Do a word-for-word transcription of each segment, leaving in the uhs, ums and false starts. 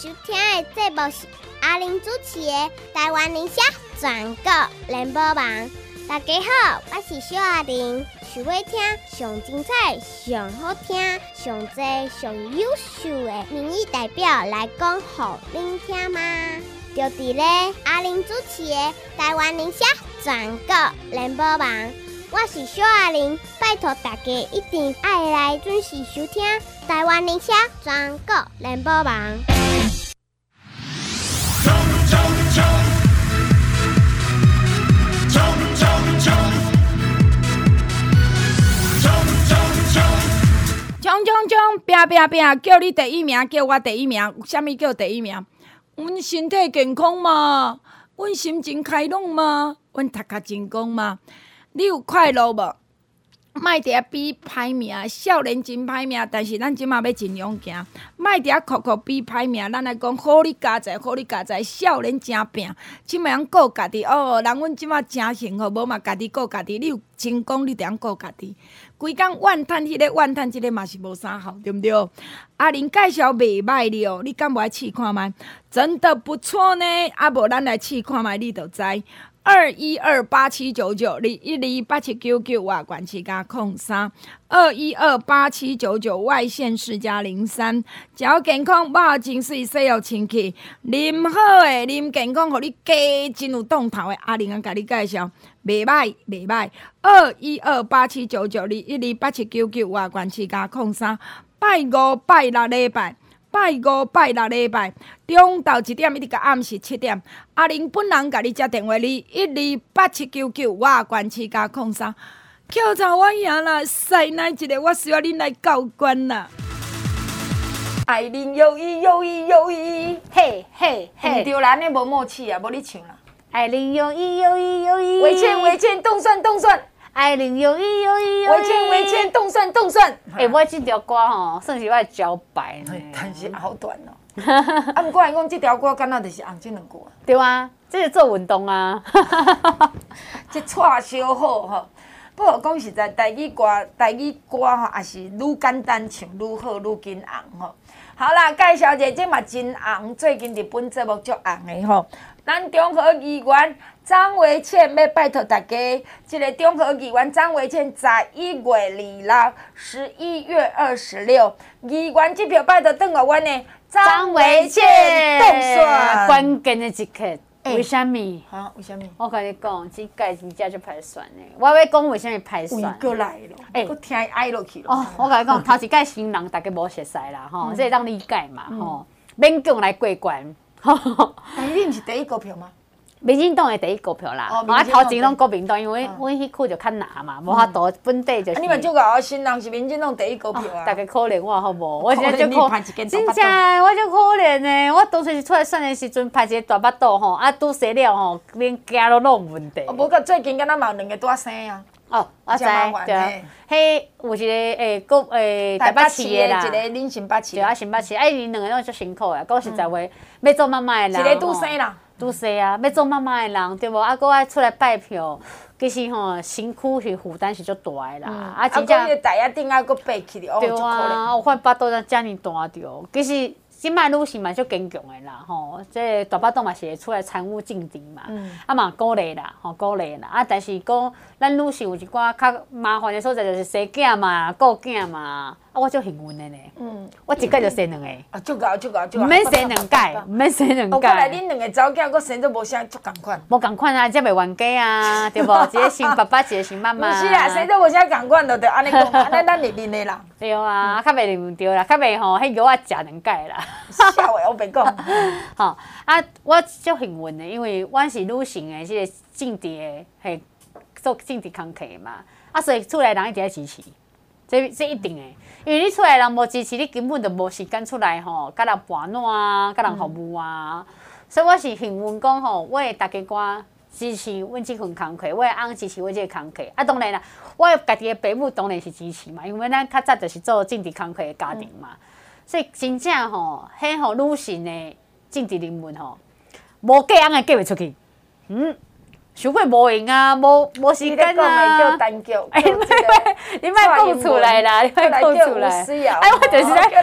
收听的节目是阿玲主持的《台湾宁夏全国联播网》。大家好，我是小阿玲。想要听上精彩、上好听、上多、上优秀的民意代表来讲给您听吗？就伫咧阿玲主持的《台湾宁夏全国联播网》。我是小阿玲，拜托大家一定爱来准时收听台湾宁夏全国联播网。 冲冲冲！冲冲冲！冲冲冲！ 冲冲冲！拼拼拼！叫你第一名，叫我第一名。有啥物叫第一名？阮身体健康嘛？阮心情开朗嘛？阮读册成功嘛？你有快乐无？莫伫遐比歹命，少年真歹命，但是咱即马要尽量行。莫伫遐哭哭比歹命，咱来讲好你家财，好你家财，少年真拼，即马通顾家己哦。人阮即马真幸福，无嘛家己顾家己。你有成功，你着通顾家己。规工怨叹迄个怨叹即个嘛是无啥好，对毋对？阿玲介绍袂歹哩哦，你敢无爱试看觅？真的不错呢，啊无咱来试看觅，你就知。二一二八七九九二一二八七九九外管七加空三二一二八七九九外线四加零三，脚健康，肉真水，洗又清气，啉好诶，啉健康，互你加真有动头诶。阿玲啊，甲你介绍，袂歹袂歹。二一二八七九九二一二八七九九外管七加空三，拜五拜六礼拜。拜五拜六礼拜，中昼一点一直到暗时七点，阿玲本人甲你接电话，你一二八七九九，我关七加空三，扣查我赢啦！塞奶一个，我需要恁来教官啦！爱玲友谊友谊友谊， 嘿嘿嘿， 毋对啦，你无默契啊，无你唱啦。 爱玲友谊友谊友谊， 维权维权，动算动算。 爱玲友谊友谊友谊， 维权维权，动算动算。 哎、欸，我这条歌吼，算是我的脚白呢， 但是好短哦。啊，毋过来讲，这条歌敢若就是红这两句啊。 对啊，这是做运动啊。 这串烧好吼。不过讲实在，台语歌台语歌吼，也是愈简单唱愈好，愈紧红吼。好啦，介绍者这嘛真红，最近日本节目足红的吼。咱中和议员张维倩要拜托大家，这个中和议员张维倩十一月二六、十一月二十六，议员这票拜托转互阮的张维倩动选。 关键的一刻，为什么？ 哈，为什么？ 我跟你讲，这届真正就歹选呢。我要讲为什么歹选？ 又来了，哎，佫听哀落去了。 哦，我跟你讲，头一届新人大家无熟悉啦，吼，这会当理解嘛，吼，勉强来过关。 但是你毋是第一股票吗？ 民进党的第一股票啦，我头前拢国民党，因为阮迄区就较难嘛，无法度本地就是。 你嘛足够新人是民进党第一股票啊！ 大家可怜我好无？我现在就可真正我就可怜呢。我当初是出来选的时阵，拍一个大巴肚吼，啊拄生了吼，连行都拢有问题。 无过最近敢若嘛有两个大生啊。 哦，我知，对，迄有一个诶国诶台北市的啦， 一个恁新北市， 对啊新北市，哎，因两个拢足辛苦的，讲实在话，要做妈妈的人， 一个拄生啦。 拄生啊，要做妈妈的人，对无？啊，搁爱出来拜票，其实吼辛苦是负担是足大的啦。 嗯、 啊，真正。 啊，个台啊顶啊，搁爬起哩，哦， 对啊，有看巴肚遮尔大着，其实即摆女性嘛足坚强的啦，吼，这大巴肚嘛是会出来参与政治嘛，嗯、啊嘛鼓励啦，吼鼓励啦。啊，但是讲咱女性有一寡较麻烦的所在，就是生囝嘛、顾囝嘛。啊，我足幸运的呢。嗯，我一届就生两个。 啊，足够足够足够。 唔免生两届，唔免生两届。 哦，看来恁两个查某囝，佫生做无啥足共款。 无共款啊，才袂冤家啊，对无？一个生爸爸，一个生妈妈。 不是啊，生做无啥共款，就着安尼讲，安尼咱认认的啦。 对啊，较袂认对啦，较袂吼，迄药啊食两届啦。 笑诶，我别讲。 吼啊，我足幸运的，因为阮是女性的，即个政治的，系做政治工课嘛，啊，所以厝内人一定要支持。这这一定的，因为你出来人无支持，你根本就无时间出来吼，甲人盘暖啊，甲人服务啊。嗯、所以我是幸运讲吼，我会大家歌支持阮这份工课，我会翁支持阮这个工课。啊，当然啦，我家己的爸母当然是支持嘛，因为咱较早就是做政治工课的家庭嘛，嗯、所以真正吼，迄吼女性的政治人物吼，无嫁翁的嫁袂出去，嗯。想过无用啊，无无时间啊。 叫单脚， 哎，你莫讲出来啦，你莫讲出来。哎，我就是咧，你就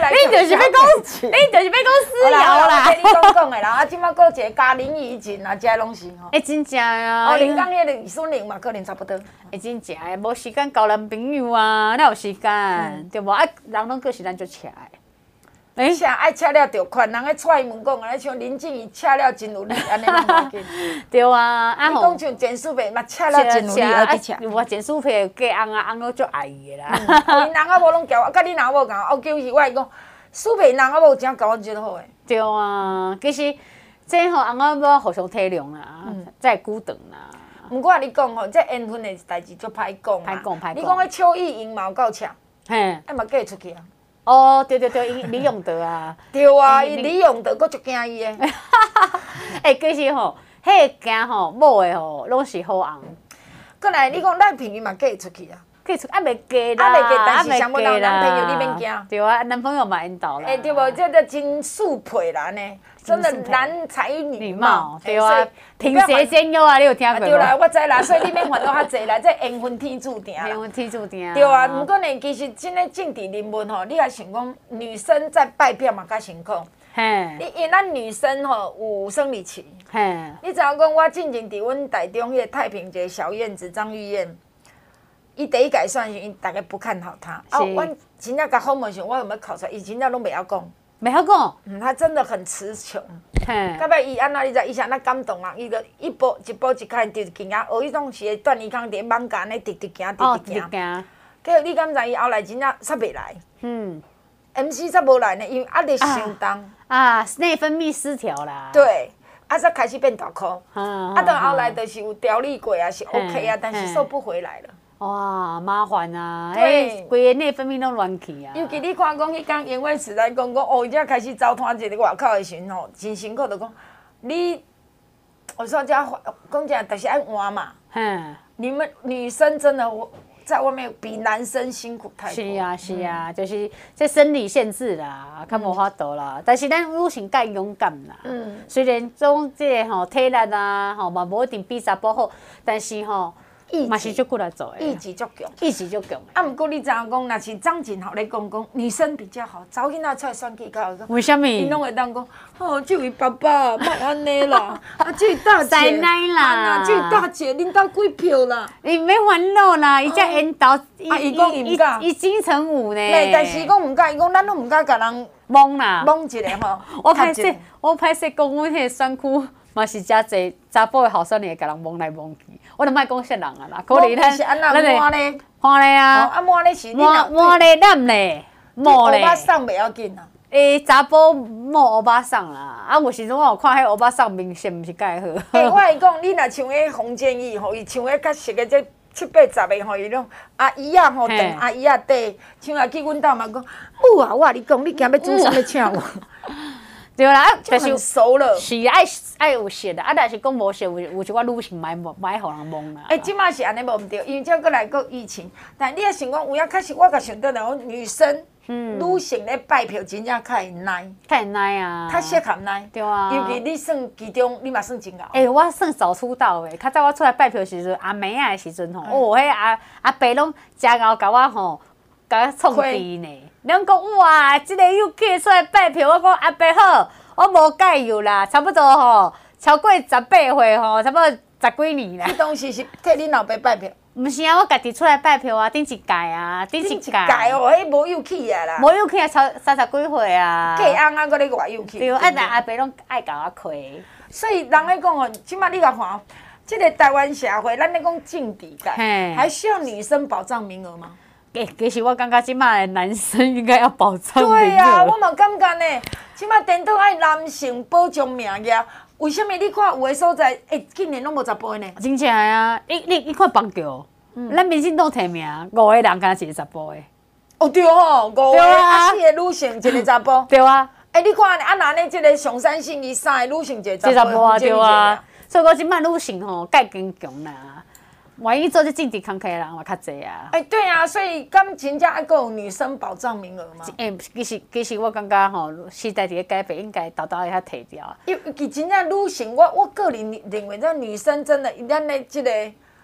就是要讲，你就是要讲私谣啦。 你讲讲的啦，啊，即摆搁一个嘉玲、怡静啊，这拢是吼。 哎，真正啊！ 哦，林刚迄个李孙玲嘛，可能差不多。 哎，真正诶，无时间交男朋友啊，哪有时间？对无？啊，人拢过时咱就车诶。 哎，车爱车了着款，人咧踹门讲，安尼像林静怡车了真有力，安尼拢要紧。 对啊，啊你讲像简书培嘛，车了真有力，爱去车。 我简书培嫁翁啊，翁都足爱伊的啦。 因人仔某拢交我，甲你人某共我叫是我讲，书培人仔某真交我真好诶。 对啊，其实这吼翁仔某互相体谅啦，再久长啦。 毋过你讲吼，这缘分的代志足歹讲啊。 歹讲歹讲。 你讲迄邱意莹嘛有够呛， 嘿， 哎嘛嫁出去啊。 哦，对对对，伊李永德啊。 对啊，伊李永德，我足惊伊诶。 哎，其实吼，迄个囝吼，某诶吼，拢是好翁。 过来，你讲赖品妤嘛嫁出去啊？ 嫁出还袂嫁啦， 还袂嫁，但是想要人男朋友，你免惊。 对啊，男朋友嘛因兜啦。 哎，对无，这个真速配啦呢，真的男才女貌。 对啊，贫血兼优啊，你有听过无？ 对啦，我知啦，所以你免烦恼较济啦，这缘分天注定。 缘分天注定。 对啊，毋过呢，其实真诶政治人物吼，你也想讲，女生在拜票嘛较辛苦。 嘿。 你因咱女生吼有生理期。 嘿。 你知影讲，我进前伫阮台中迄个太平一个小院子张玉燕。伊第一改算时，因大家不看好他。啊，我真正甲访问时，我有没有考出来？伊真正拢袂晓讲。 袂晓讲。 嗯，他真的很词穷。 嘿。 到尾伊安怎？你知？伊是安怎感动啊？伊就一步一步一脚直直行，学迄种是断泥坑伫网架安尼直直行，直直行。哦，结果你敢知伊后来真正煞袂来？嗯。M C 煞无来呢，因为压力伤重。 啊，内分泌失调啦。 对。啊，才开始变大箍。啊，到后来就是有调理过啊，是 OK 啊，但是瘦不回来了。 哇，麻烦啊！哎，规个内分泌拢乱去啊。 尤其你看讲，迄工因为时代讲讲，哦，伊才开始走摊一个外口的时阵吼，真辛苦，就讲你，我说这讲真，就是爱换嘛。嗯。你们女生真的在外面比男生辛苦太多。 是啊，是啊，嗯、就是这生理限制啦，较无法度啦。嗯、但是咱女性较勇敢啦。嗯。虽然总这个吼体力啊，吼嘛无一定比查甫好，但是吼。嘛是足骨来做诶， 意志足强， 意志足强。 啊，毋过你知影讲，若是张景豪咧讲讲，女生比较好，查某囡仔出来选举较好。 为什么？ 伊拢会当讲，哦，这位爸爸，莫安尼啦，啊，这位大姐， 奶奶啦， 这位大姐，恁兜几票啦？ 你免烦恼啦，伊才引导， 啊，伊讲伊毋敢， 伊金城武呢？ 对，但是讲毋敢，伊讲咱拢毋敢甲人蒙啦， 蒙一个吼。 我歹势，我歹势讲，阮迄个选区。嘛是真侪查甫的后生会甲人蒙来蒙去，我就莫讲啥人啊啦，可能咱咱咱咧， 看咧啊， 啊摸咧是摸摸咧染咧，摸咧。 欧巴桑袂要紧啊。 诶，查甫摸欧巴桑啦，啊有时阵我有看迄欧巴桑面色毋是介好。 诶，我会讲，你若像迄洪建义吼，伊像迄较熟的这七八十个吼，伊拢阿姨啊吼，等阿姨啊底，像来去阮兜嘛讲，母啊，我你讲，你今要煮啥物请我？ 对啦， 但是熟了， 是爱爱有熟的，啊，但是讲无熟，有有一寡女性买买互人蒙啦。 哎，即马是安尼无毋对，因为这过来个疫情，但你也想讲，有影确实，我甲想到了，女生、嗯、女性咧拜票真正较会耐， 较会耐啊， 较适合耐。 对啊。 尤其你算其中，你嘛算真熬。 哎、欸，我算早出道诶，较早我出来拜票时阵，阿妹仔诶时阵吼，嗯、哦，迄阿阿伯拢真熬甲我吼，甲我创治呢。拢讲哇，即、这个又客出来拜票，我讲阿伯好，我无介有啦，差不多吼，超过十八岁吼，差不多十几年啦。 你当时是替恁老爸拜票？ 毋是啊，我家己出来拜票啊，顶一届啊，顶一届。 哦，迄无有气啊啦。 无有气啊，超三十几岁啊。 嫁翁啊，搁咧偌有气。 对，啊，但阿伯拢爱甲我亏。 所以人咧讲哦，即马你甲看，即个台湾社会，咱咧讲政治界，还需要女生保障名额吗？ 诶，其实我感觉即马的男生应该要保障名额。 对啊，我嘛感觉呢，即马颠倒爱男性保障名额，为什么你看有的所在，诶，竟然拢无十甫呢？ 真正啊，你你你看邦桥，咱民进党提名五个人，敢一个十甫的。 哦对吼，五个啊四个女性，一个查甫。 对啊。 诶，你看啊，那呢，即个上山信义三个女性，一个查甫啊，对啊。所以讲即马女性吼，介坚强啦。万一做这政治工课的人嘛较侪啊！ 哎、欸，对啊，所以敢真正还有女生保障名额吗？ 诶、欸，其实其实我感觉吼，时代伫咧改变，应该豆豆会较提掉。 因为真正女性，我我个人认为，这女生真的，咱的这个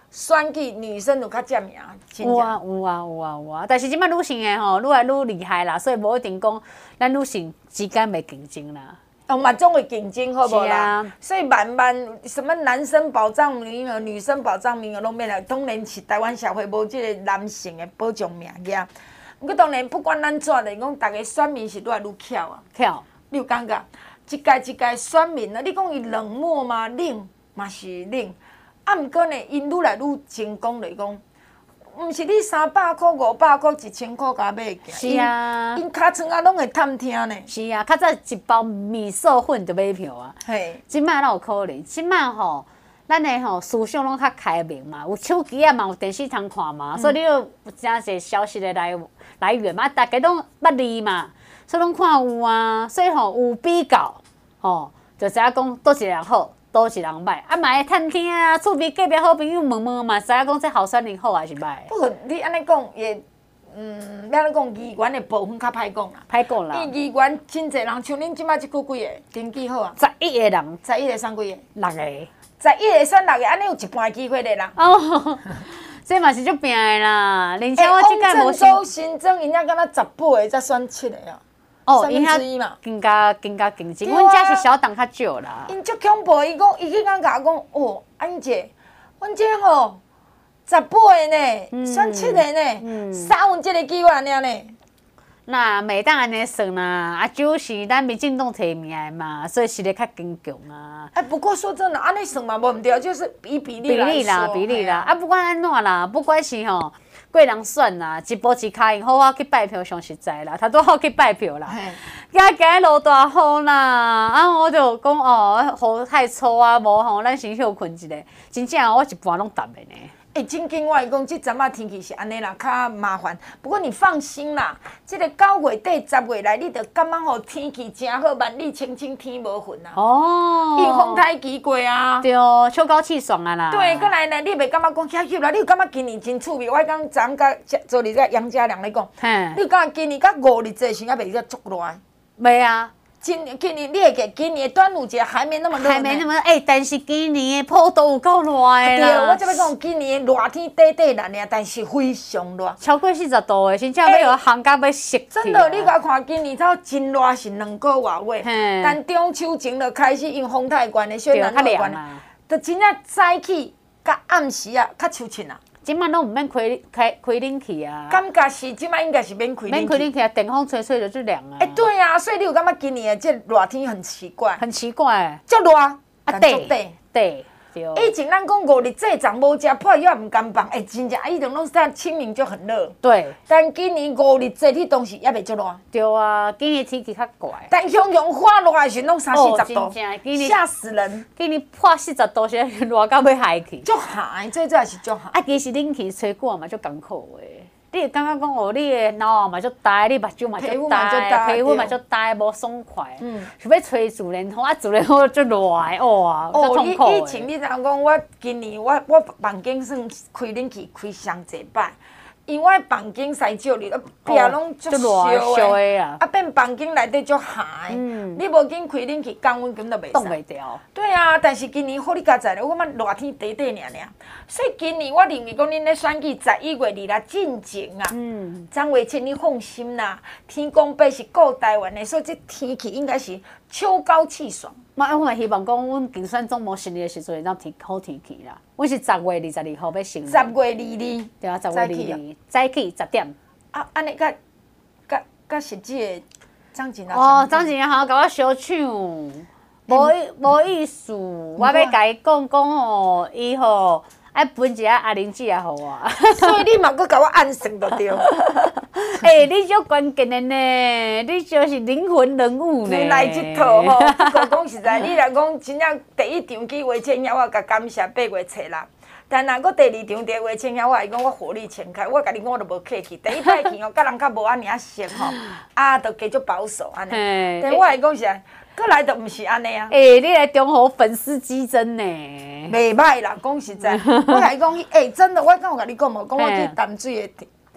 选举女生就较占名，真有正。 啊有啊有啊有啊，但是即摆女性诶吼，愈来愈厉害啦，所以无一定讲咱女性之间袂竞争啦。 哦，嘛总会竞争，好无啦？ 是啊所以慢慢什么男生保障名额、女生保障名额拢免来，当然是台湾社会无即个男性的保障名额。毋过当然不管咱怎的，讲逐个选民是愈来愈巧啊。 巧， 你有感觉？一届一届选民啊，你讲伊冷漠吗？冷嘛是冷，啊，毋过呢，因愈来愈成功来讲。毋是你三百箍、五百箍、一千箍甲买起， 是啊因尻川啊拢会探听呢。 是啊，较早一包米线粉就买票啊。 嘿， 即摆哪有可能？即摆吼，咱的吼思想拢较开明嘛，有手机啊嘛，有电视通看嘛，所以你有真侪消息的来来源嘛，大家拢捌字嘛，所以拢看有啊，所以吼有比较，吼就知影讲倒一个人好，倒一个人歹，啊嘛会探听啊，厝边隔壁好朋友问问嘛，知影讲这候选人好还是歹， 不过你安尼讲也，嗯，要安尼讲，议员的部分较歹讲啦。 歹讲啦， 伊议员真侪人，像恁即摆即久几个登记好啊？ 十一个人， 十一个选几个？ 六个。 十一个选六个，安尼有一半的机会的人。 哦，这嘛是足拼的啦，而且欸我即届无汪正州新增，因遐敢若十八个才选七个啊。 哦， 三分之一嘛。 更加更加竞争， 对啊阮遮是小党较少啦。 因足恐怖，伊讲伊去甲甲我讲，哦，安姐，阮这吼十八个呢，选七个呢，三分之一个机会安尼呢。 那每当安尼算啦，啊，主要是咱民进党提名的嘛，所以实力较坚强啊。 哎，不过说真的，安尼算嘛无毋对，就是比比例比来例啦， 说比例啦， 嘿啊，不管安怎啦，不管是吼贵人选啦，一步一脚印，好好去拜票上实在啦，他都好去拜票啦。 嘿今日路大好啦，啊，我就讲哦，雨太粗啊，无吼，咱先休困一下。真正我一半拢答的呢。 哎，正经我讲，即阵仔天气是安尼啦，较麻烦。不过你放心啦，即、个九月底、十月来，你着感觉吼天气真好，万里晴晴天无云啊。 哦， 因风台期过啊。 对，秋高气爽啊啦。 对，过来呢，你袂感觉讲遐翕啦？你有感觉今年真趣味？我讲昨昏甲昨日甲杨家良咧讲， 嘿， 你有感觉今年甲五日节时也袂个足热的。 没啊， 今年今年你会记，今年的端午节还没那么热， 还没那么哎、欸，但是今年的坡都有够热的对， 啦。 我这边讲，今年的热天短短啦尔，但是非常热。 超过四十度的，真正要烘甲要熄去。 真的，你甲看今年才真热是两个外月， 嘿但中秋前就开始因风太悬的，所以对， 南较热悬的， 凉啊。 就真正早起甲暗时啊，较秋凊啊。 即摆拢毋免开开开冷气啊， 感觉是即摆应该是免开冷气。 免开冷气啊，电风吹吹就就凉啊。 哎、对啊，所以你有感觉今年的这热天很奇怪， 很奇怪。 足热， 啊， 但足对短。 对对。 以前咱讲五日这昨无食破药也毋甘放，哎、真正以前拢说清明就很热， 对但今年五日这你当时也袂足热， 对啊，今年天气较怪。 但雄雄花热的时阵拢三四十度哦真正今，年吓死人， 今年破四十度，是热到要害去。 足寒，最主要是足寒。 啊，其实冷气吹久嘛，足艰苦的。你会感觉讲哦，你的脑啊嘛足呆，你目睭嘛足皮肤嘛足呆， 呆皮肤嘛对足呆，无爽快。 嗯想要吹自然风，啊，自然风足热的，哇，足哦， 痛苦以以前的。 你知影讲，我今年我我房间算开冷气开上济摆，因为我房间晒少日，壁拢足足热烧烧的， 的啊， 啊变房间内底足寒的。 嗯你无紧开冷气，降温根本就冻袂使。 袂掉。 对啊，但是今年好你家知咧，我感觉热天短短尔尔，所以今年我认为讲恁咧选举十一月二日进前啊， 嗯， 张伟清你放心啦，天公伯是顾台湾的，所以这天气应该是秋高气爽。 我我嘛希望讲，阮竞选总无成立的时阵会当天好天气啦。阮是十月二十二號要成立。 十月二二， 对啊，十月早起啊二二早起十點。 啊，安尼甲甲甲实际的张景啊。 哦，张景好甲我相抢，无意无意思。我要甲伊讲讲吼，伊吼爱分一下阿玲姐也好啊。 所以你嘛搁甲我暗算就对。 诶，你足关键的呢，你就是灵魂人物呢。 来即套吼，不过讲实在，你若讲真正第一场去花千遐，我甲感谢八月初六。但若搁第二场伫花千遐，我会讲我火力全开。我甲你讲，我都无客气。第一摆去吼，甲人较无安尼啊熟吼，啊，就加足保守安尼。 嘿但我会讲实在，过来就毋是安尼啊。 诶，你来中和粉丝激增呢。 袂歹啦，讲实在，我甲你讲，诶、真的，我敢有甲你讲无？讲我去淡水的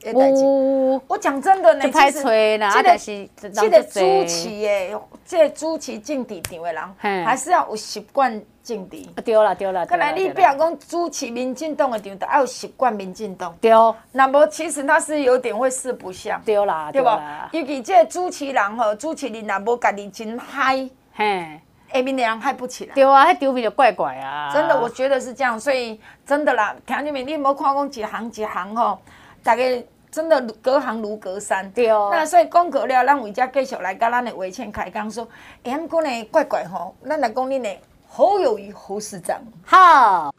的代志。 有我讲真的呢， 就歹找啦，啊，但是这个主持的，这个主持政治场的人，还是要有习惯政治。 对啦对啦。 再来，你不要讲主持民进党的场，得要有习惯民进党。 对。 那么其实他是有点会四不像。 对啦对吧？尤其这个主持人吼，主持人若无家己真嗨，嘿。下面的人嗨不起来。 对啊，迄场面就怪怪啊。 真的，我觉得是这样，所以真的啦，听众们，你有没有看讲一行一行吼，大家真的隔行如隔山。 对哦。 那所以讲过了，咱为遮继续来甲咱的维倩开讲说，哎，毋过呢怪怪吼，咱来讲恁的侯友宜侯市长。 好。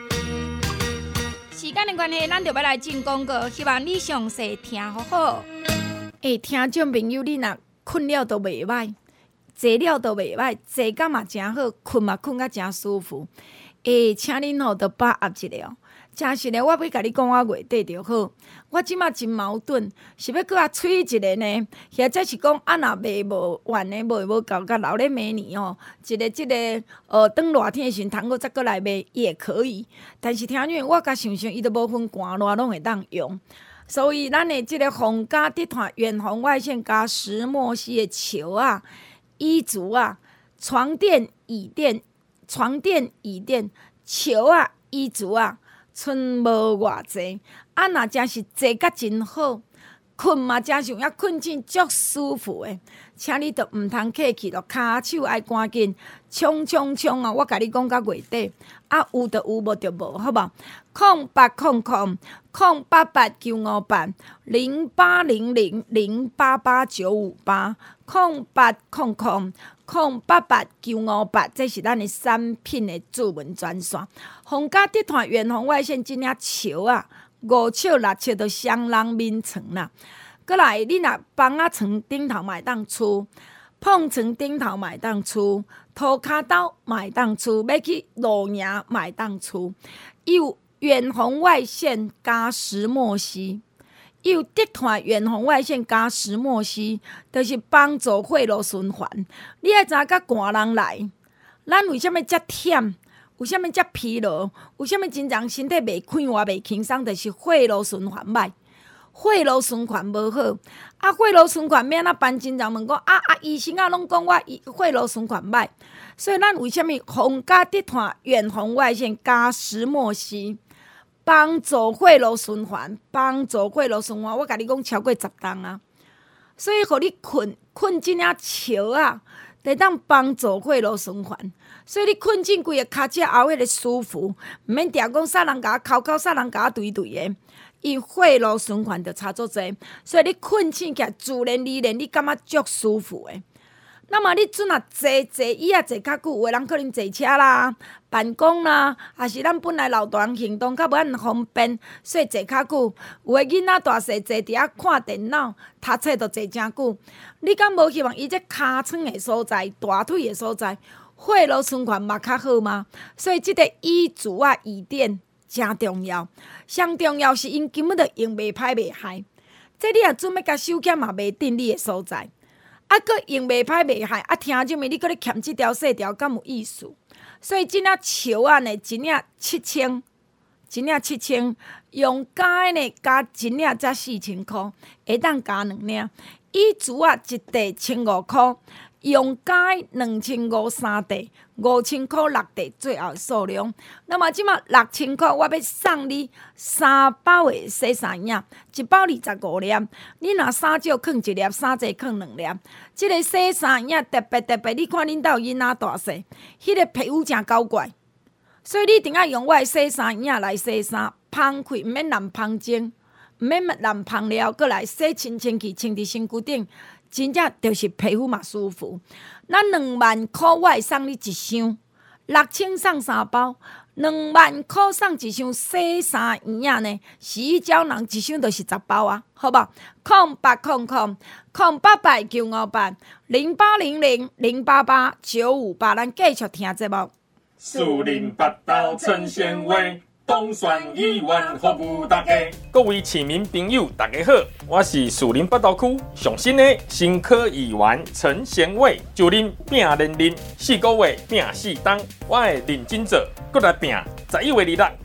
时间的关系，咱就要来进广告，希望你详细听好好。 哎，听众朋友，你若困了都袂歹。坐了都袂歹，坐甲嘛真好，困嘛困甲真舒服。诶，请恁吼都把握一下哦。真实的，我要甲你讲，我月底就好。我即马真矛盾，是要搁较催一个呢，或者是讲啊，若卖无完的，卖无够，甲留咧明年哦。一个即、这个呃，当热天的时阵，通过再搁来卖也可以。但是听讲，我甲想想，伊都无分寒热，拢会当用。所以咱的即个皇家集团远红外线加石墨烯的球啊。衣足啊，床垫、椅垫、床垫、椅垫、球啊、衣足啊，剩无偌济。啊，若真是坐甲真好，困嘛真想要困醒足舒服的。请你都毋通客气咯，骹手爱赶紧冲冲冲啊！我甲你讲到月底，啊有就有，无就无，好无？空八空空空八八九五八零八零零零八八九五八。空八空空空八八九五八，这是咱的产品的主文专线。皇家集团远红外线真领笑啊，五笑六笑都双人面床啦。过来，你若房仔床顶头嘛会当厝，碰床顶头嘛会当厝，涂骹斗嘛会当厝，要去露营嘛会当厝。有远红外线加石墨烯。有集团远红外线加石墨烯，就是帮助血路循环。你爱知影，甲寒人来，咱为什么遮忝？为什么遮疲劳？为什么真常身体袂快活、袂轻松？就是血路循环歹，血路循环无好。啊，血路循环免啊办？真常问讲啊啊，医生啊拢讲我血路循环歹，所以咱为什么皇家集团远红外线加石墨烯？帮助血路循环，帮助血路循环，我甲你讲超过十档啊！所以，互你困困真啊笑啊，会当帮助血路循环。所以你困进规个骹脊后迄个舒服，毋免定讲啥人甲我哭哭，啥人甲我对对的，伊血路循环就差足济。所以你困醒起来，自然而然你感觉足舒服的。那么你阵啊坐坐椅啊坐较久，有的人可能坐车啦、办公啦，还是咱本来老大人行动较无遐方便，所以坐较久。有的囡仔大细坐伫遐看电脑、读册都坐真久。你敢无希望伊这尻川的所在、大腿的所在，血路循环嘛较好吗？所以即个椅子啊、椅垫真重要。上重要是因根本就用袂歹袂害。这你若准要甲手脚嘛袂定你的所在。啊，佫用袂歹袂害，啊，听种物你佫咧欠即条细条，敢有意思？所以即领笑啊呢，一领七千，一领七千，用加的呢加一领才四千箍，会当加两领。椅子啊，一地千五箍，用加两千五三地，五千箍六地，最后数量。那么即马六千箍，我要送你三包的洗衫液，一包二十五粒。你若衫少放一粒，衫济放两粒。即、这个洗衫液特别特别，你看恁兜囡仔大细，迄、那个皮肤真搞怪，所以你一定要用我的洗衫液来洗衫，芳开毋免淋芳精，毋免淋芳了，过来洗清清气，清伫身躯顶。真正就是皮肤嘛舒服。咱两万块我会送你一箱，六千送三包，两万块送一箱洗衫液呢，洗衣胶囊一箱就是十包啊，好无？空八空空空八八九五八零八零零零八八九五八，咱继续听节目。 树林八道陈贤伟，东选议员服务大家。 各位市民朋友，大家好，我是树林八道区上新的新科议员陈贤伟，就任拼连任四个月拼四档，我会认真做，搁来拼十一月二日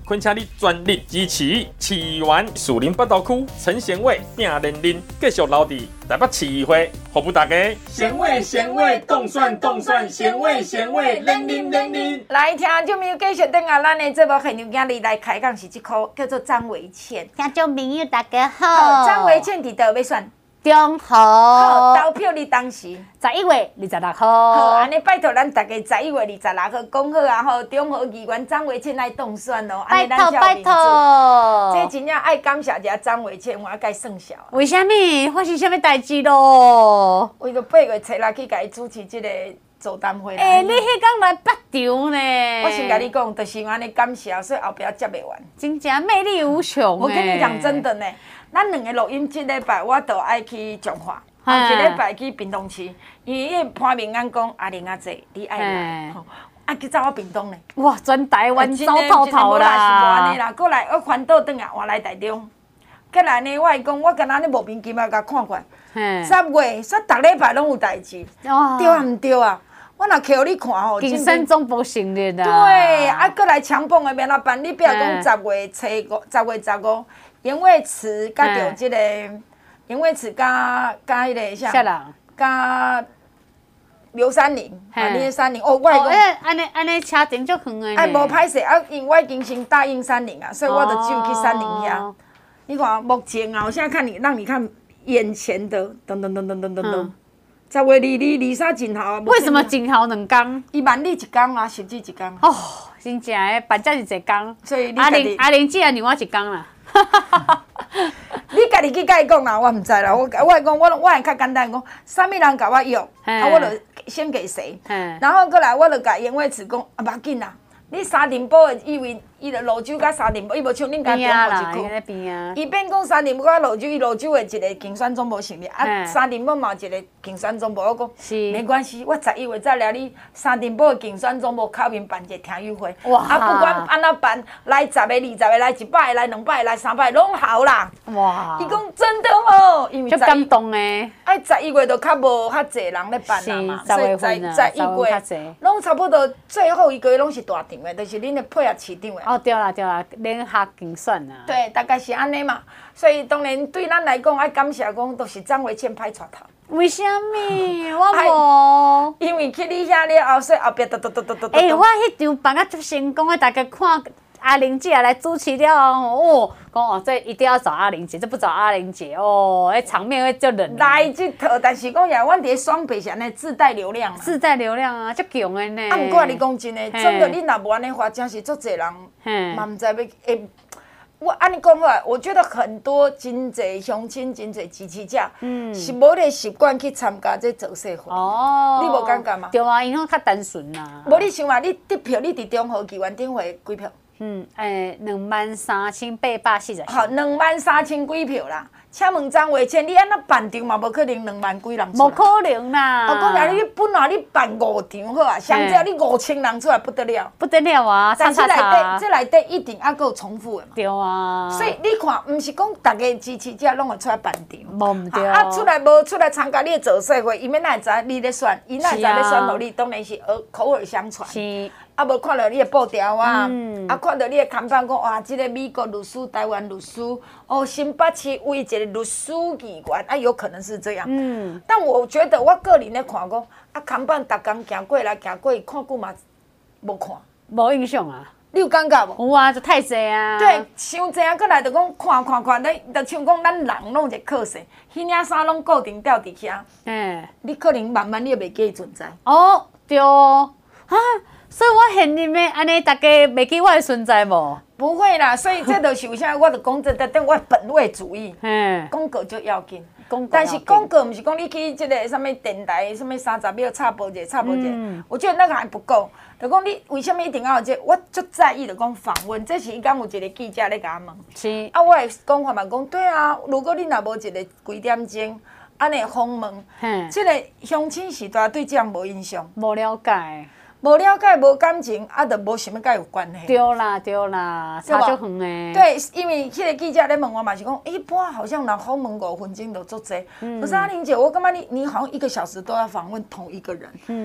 恳请你全力支持市议员树林北投区陈贤伟拼连任，继续留伫台北市议会，服务大家。 咸味咸味，冻蒜冻蒜，咸味咸味，连连连连。 来听众朋友继续等下咱的节目现场，今日来开讲是这颗叫做张维倩。 听众朋友大家好， 张维倩伫倒要选。 中好， 号投票你当时十一月二十六好， 号， 安尼拜托咱大家十一月二十六号讲好啊！吼，中和议员张维倩来当选哦， 拜托拜托。 这真正爱感谢一下张维倩，我该算小。 为什么？发生什么代志咯？ 为了八月初六去甲伊主持这个座谈会。 哎、欸，你迄天来北场呢？ 我先甲你讲，就是安尼感谢，所以后壁接袂完。 真正魅力无穷。 我跟你讲真的呢，咱两个录音这礼拜我都爱去彰化，后一礼拜去屏东市，因为潘明安讲阿玲阿姐，你爱来，吼，啊去走我屏东呢。 哇，全台湾走透透啦。是无安尼啦。 啦，过来我环岛转来换来台中，过来呢，我会讲我敢若咧无面金啊，甲看看。十月说逐礼拜拢有代志，对啊毋对啊？我若摕互你看吼， 金山中部成立啊。 对，啊，过来强蹦的面老板，你比如讲十月初五，十月十五，严伟慈甲着即个严伟慈甲甲迄个啥，甲刘三林，啊，你三林，哦，我会讲， 安尼安尼车程足远的。 哎，无歹势啊，因为我已经先答应三林啊，所以我就只有去三林遐。你看，目前啊，我现在看你，让你看眼前的，噔噔噔噔噔噔噔。十月二日二三真好啊！ 为什么真好两工？ 伊万里一工啊，甚至一工。 哦，真正诶，办遮是一工。 所以你阿玲阿玲只啊，让我一工啦。 你家己去甲伊讲啦，我毋知啦。我我会讲，我我会较简单讲，啥物人甲我约，啊，我就先给谁。然后过来，我就甲严伟慈讲，啊，无要紧啦。你沙尘堡的以为伊的泸州甲沙尘堡，伊无像恁家中和一区。伊变讲沙尘堡甲泸州，伊泸州的一个竞选总部成立，啊，沙尘堡嘛一个竞选总部。我讲没关系，我十一月再来你沙尘堡的竞选总部口面办一个听友会。哇！啊，不管安怎办，来十个、二十个，来一百个，来两百个，来三百个，拢好啦。哇！伊讲真的哦，因为足感动诶。 哎，十一月就较无较济人咧办啦嘛，所以十十一月拢差不多最后一个月拢是大场。就是恁的配合市长的哦，对啦对啦，联合竞选啊。 对，大概是安尼嘛。所以当然对咱来讲，爱感谢讲，都是张维倩歹带头。 为什么？我无。 因为去你遐了后，所以后壁嘟嘟嘟嘟嘟嘟。 哎，我迄场办啊足成功的，大家看阿玲姐来主持了哦，讲哦，这一定要找阿玲姐，这不找阿玲姐哦，迄场面会足冷。 来这套，但是讲呀，阮伫双北是安尼自带流量嘛。 自带流量啊，足强的呢。 啊，毋过你讲真的，真的，你若无安尼发展，是足侪人嘛毋知要会。我按你讲话，我觉得很多真侪乡亲、真侪支持者，嗯，是无咧习惯去参加这造势会。哦，你无感觉吗？ 对啊，因为较单纯啦。 无你想嘛，你得票，你伫中和议员顶会几票？ 嗯，诶，两万三千八百四十。 好，两万三千几票啦。请问张维倩，你安怎办场嘛？无可能两万几人出来。 无可能啦！ 我讲呀，你本来你办五场好啊，上少你五千人出来不得了。 不得了啊！ 但是内底这内底一定还佫有重复的嘛。 对啊。 所以你看，毋是讲大家支持者拢会出来办场。 无毋对。 啊，出来无出来参加你的造势会，伊要哪会知你咧选？伊哪会知咧选互你？当然是耳口耳相传。是。啊，无看到你的布条啊，嗯、啊，看到你的看板讲哇，即、这个美国律师、台湾律师，哦，新北市为一个律师议员，啊，有可能是这样。嗯。但我觉得我个人咧看讲，啊，看板逐工行过来行过去，看久嘛无看。 无印象啊。 你有感觉无？ 有啊，就太济啊。 对，伤济啊，过来就讲看看看，你就像讲咱人拢一个课程，迄领衫拢固定吊伫遐。嗯。你可能慢慢你也袂记伊存在。 哦，对哦。哈。所以我现任的安尼，大家袂记我的存在无？ 不会啦，所以这就是为啥我就讲这在等我本位主义，广告就要紧。但是广告不是讲你去这个什么电台，什么三十秒插播者插播者，我觉得那个还不够。就讲你为什么一定要有这？我足在意就讲访问，这是伊讲有一个记者咧甲我问。是。啊，我的讲法嘛讲，对啊，如果你若无一个几点钟，安尼访问，这个乡亲时代对这样无印象， 无了解。 无了解、无感情，啊，就无想要甲伊有关系。 对啦，对啦，差足远诶。 对，因为迄个记者咧问我嘛是讲，一般好像若访问五分钟就足济。可是阿玲姐，我感觉你你好像一个小时都要访问同一个人。嗯。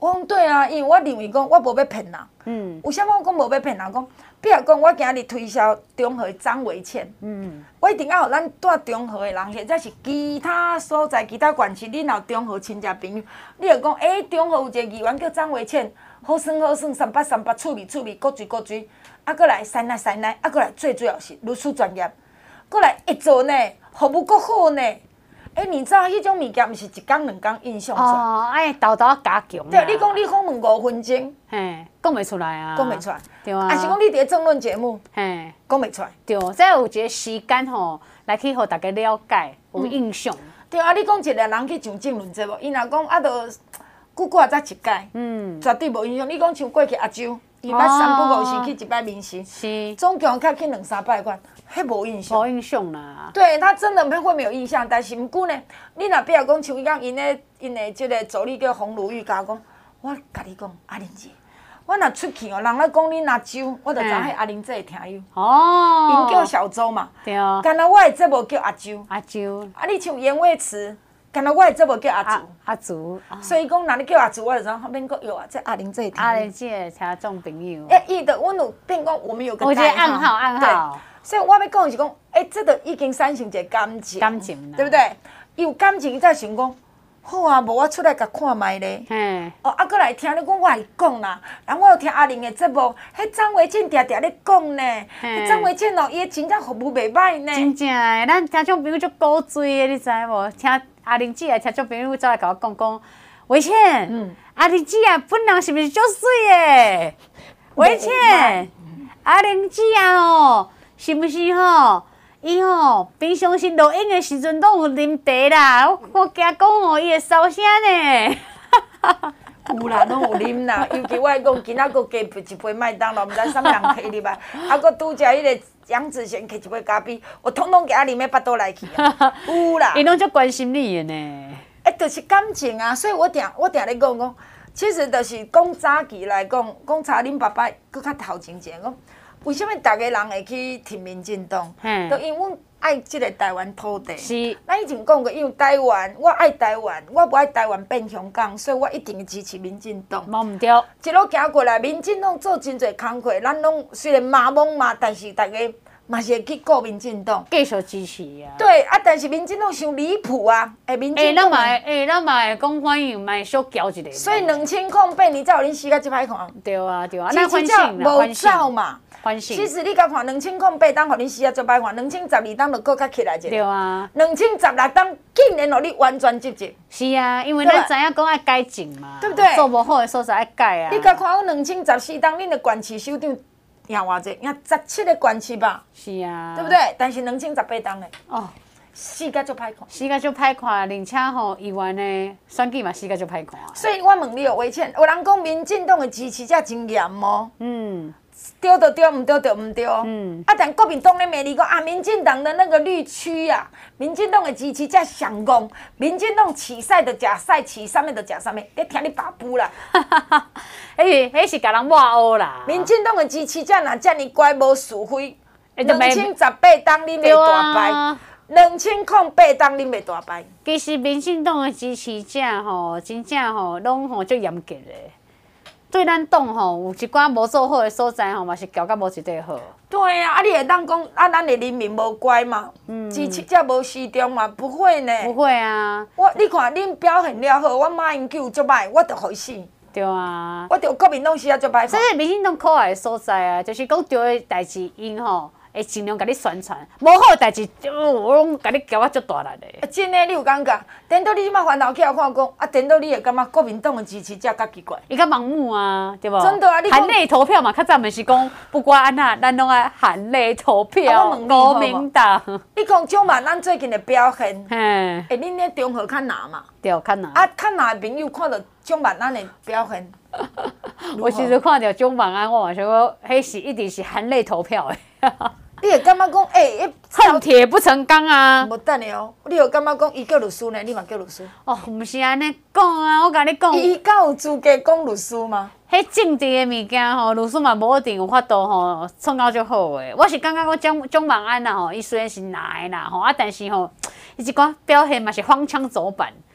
我讲对啊，因为我认为讲我无要骗人。嗯。为什么我讲无要骗人？讲，比如讲我今日推销中和的张维倩。嗯。我一定要互咱住中和的人，或者是其他所在、其他县市，恁有中和亲戚朋友，你就讲，诶、欸，中和有一个议员叫张维倩，好耍好耍，三八三八，趣味趣味，古锥古锥，啊，过来塞奶塞奶，啊，过来最主要是如此专业，过来会做呢，服务阁好呢。哎，你知道迄种物件毋是一工两工印象出来？ 哦，哎，豆豆加强。 对，你讲你访问五分钟， 嘿，讲袂出来啊， 讲袂出来。 对啊。 还是讲你伫咧争论节目， 嘿， 讲袂出来。 对，再有一个时间吼，来去互大家了解，有印象。 对啊，你讲一个人去上争论节目，伊若讲啊，着久久才一届，嗯，绝对无印象。你讲像过去阿周，伊捌三不五时去一摆面试， 是， 总共较去两三摆款。迄无印象， 无印象啦。 对他真的会没有印象，但是毋过呢，你若比如讲像伊讲因咧因的即个助理叫洪如玉，甲我讲，我甲你讲阿玲姐，我若出去哦，人咧讲恁阿周，我就知迄阿玲姐的听友。哦。因叫小周嘛。对啊。干那我的节目叫阿周。阿周。啊，你像严伟慈，干那我的节目叫阿竹。 阿竹。 所以讲，若你叫阿竹，我就知后面阁有啊，这阿玲姐的听友。 阿玲姐听众朋友。 哎，伊的阮有变讲，我们有个我觉得暗号暗号。 所以我要讲的是讲，哎、欸，这个已经产生一个感情， 感情对不对？有感情，伊才想讲，好啊，无我出来甲看卖咧。嘿。哦，啊，搁来听你讲，我来讲啦。然后我有听阿玲的节目，迄张维倩常常咧讲呢。迄张维倩哦，伊真正服务袂歹呢。 真正诶，咱听众朋友足古锥的，你知无？听阿玲姐听众朋友走来甲我讲讲，维倩，嗯，阿玲姐啊，本人是毋是足水诶？维倩，阿玲姐啊哦。是毋是吼？伊吼平常时录音的时阵拢有啉茶啦，我我惊讲吼伊会烧声呢。 有啦，拢有啉啦。尤其我讲今仔佫加一杯麦当劳，毋知啥物人摕入来，啊佫拄食迄个杨子贤摕一杯咖啡，我统统加啉咧巴肚内去啊。有啦。 伊拢足关心你的呢。 哎，就是感情啊，所以我定我定咧讲讲，其实就是讲早期来讲，讲查恁爸爸佫较头前一下讲。为什么大家人会去挺民进党？都因为阮爱即个台湾土地。是。咱以前讲过，因为台湾，我爱台湾，我不爱台湾变香港，所以我一定会支持民进党。 冇唔对。 一路行过来，民进党做真侪工课，咱拢虽然骂懵骂，但是大家嘛是会去顾民进党。 继续支持啊。 对啊，但是民进党伤离谱啊！诶，民进党。 诶，咱嘛诶，咱嘛会讲欢迎，嘛会小交一个。 所以两千空八年才有恁死甲即歹看。 对啊，对啊， 支持者无走嘛。其实你甲看，两千零八当，互你死啊足歹看；两千十二当就搁较起来一个。 对啊。 两千十六当竟然互你完全接受。 是啊，因为咱知影讲爱改进嘛， 对不对？ 做无好的所在爱改啊。 你甲看，我两千十四当，恁的县市首长赢偌济？赢十七个县市吧。 是啊。 对不对？但是两千十八当的。哦。死甲足歹看。 死甲足歹看，而且吼，议员的选举嘛死甲足歹看。 所以我问你哦，维倩，有人讲民进党的支持者真严哦。嗯。对就对，唔对就唔对。嗯。啊，但国民党咧骂你讲啊，民进党的那个绿区啊，民进党的支持者上戆，民进党起赛的假赛，起上面的假上面，你听你把布啦。哈哈哈。 迄迄是甲人抹黑啦。 民进党的支持者若遮尼乖无是非，两千十八当恁袂大败，两千零八当恁袂大败。 其实民进党的支持者吼，真正吼，拢吼足严格的。对咱党吼有一寡无做好的所在吼，嘛是交甲无一块好。 对啊，啊你会当讲啊，咱的人民无乖嘛？嗯。支持者无适中嘛？不会呢。 不会啊。 我你看恁表现了好，我马英九足歹，我着互伊死。 对啊。 我着国民党死啊足歹。 所以民进党可爱的所在啊，就是讲对的代志，因吼会尽量甲你宣传，无好的代志，我拢甲你交啊足大力的。 真诶，你有感觉？等到你即马翻头起来看讲，啊，等到你会感觉国民党的支持者较奇怪， 伊较盲目啊，对无？ 真的啊，你含泪投票嘛，较早毋是讲不管安那，咱拢爱含泪投票。国民党， 你讲蒋万安最近的表现，嘿，诶，恁咧中和较难嘛？ 对，较难。 啊，较难的朋友看到蒋万安的表现， 我其实看到蒋万安，我嘛想讲，迄是一定是含泪投票的。 你会感觉讲，诶、欸， 恨铁不成钢啊！ 无等下哦，你会感觉讲伊叫律师呢？你嘛叫律师？ 哦，毋是安尼讲啊，我甲你讲。 伊敢有资格讲律师吗？ 迄政治的物件吼，律师嘛无一定有法度吼，创到足好诶。我是感觉讲蒋蒋万安呐吼，伊虽然是难诶啦吼，啊，但是吼，伊一寡表现嘛是荒腔走板。无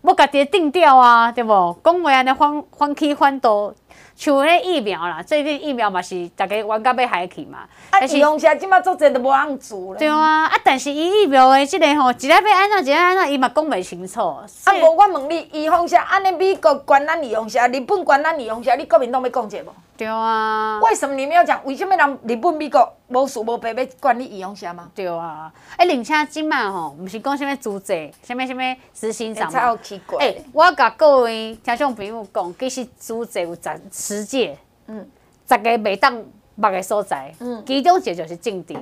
要家己定调啊，对无？讲话安尼反反起反倒，像迄疫苗啦，最近疫苗嘛是大家玩到要海去嘛。 啊，医用社即马做侪都无通做咧。 对啊，啊，但是伊疫苗的即个吼，一日要安怎，一日安怎，伊嘛讲袂清楚。 啊，无我问你，医用社安尼美国管咱医用社，日本管咱医用社，你国民党要讲者无？ 对啊。 为什么你没有讲？为什么人日本、美国无事无白要管理医用社吗？ 对啊，哎、欸，而且即马吼，毋是讲啥物租债，啥物啥物实行长嘛？才有奇怪。 哎、欸，我甲各位听众朋友讲，其实租债有十十届，嗯，十个袂当捌的所在，嗯，其中一个就是政治。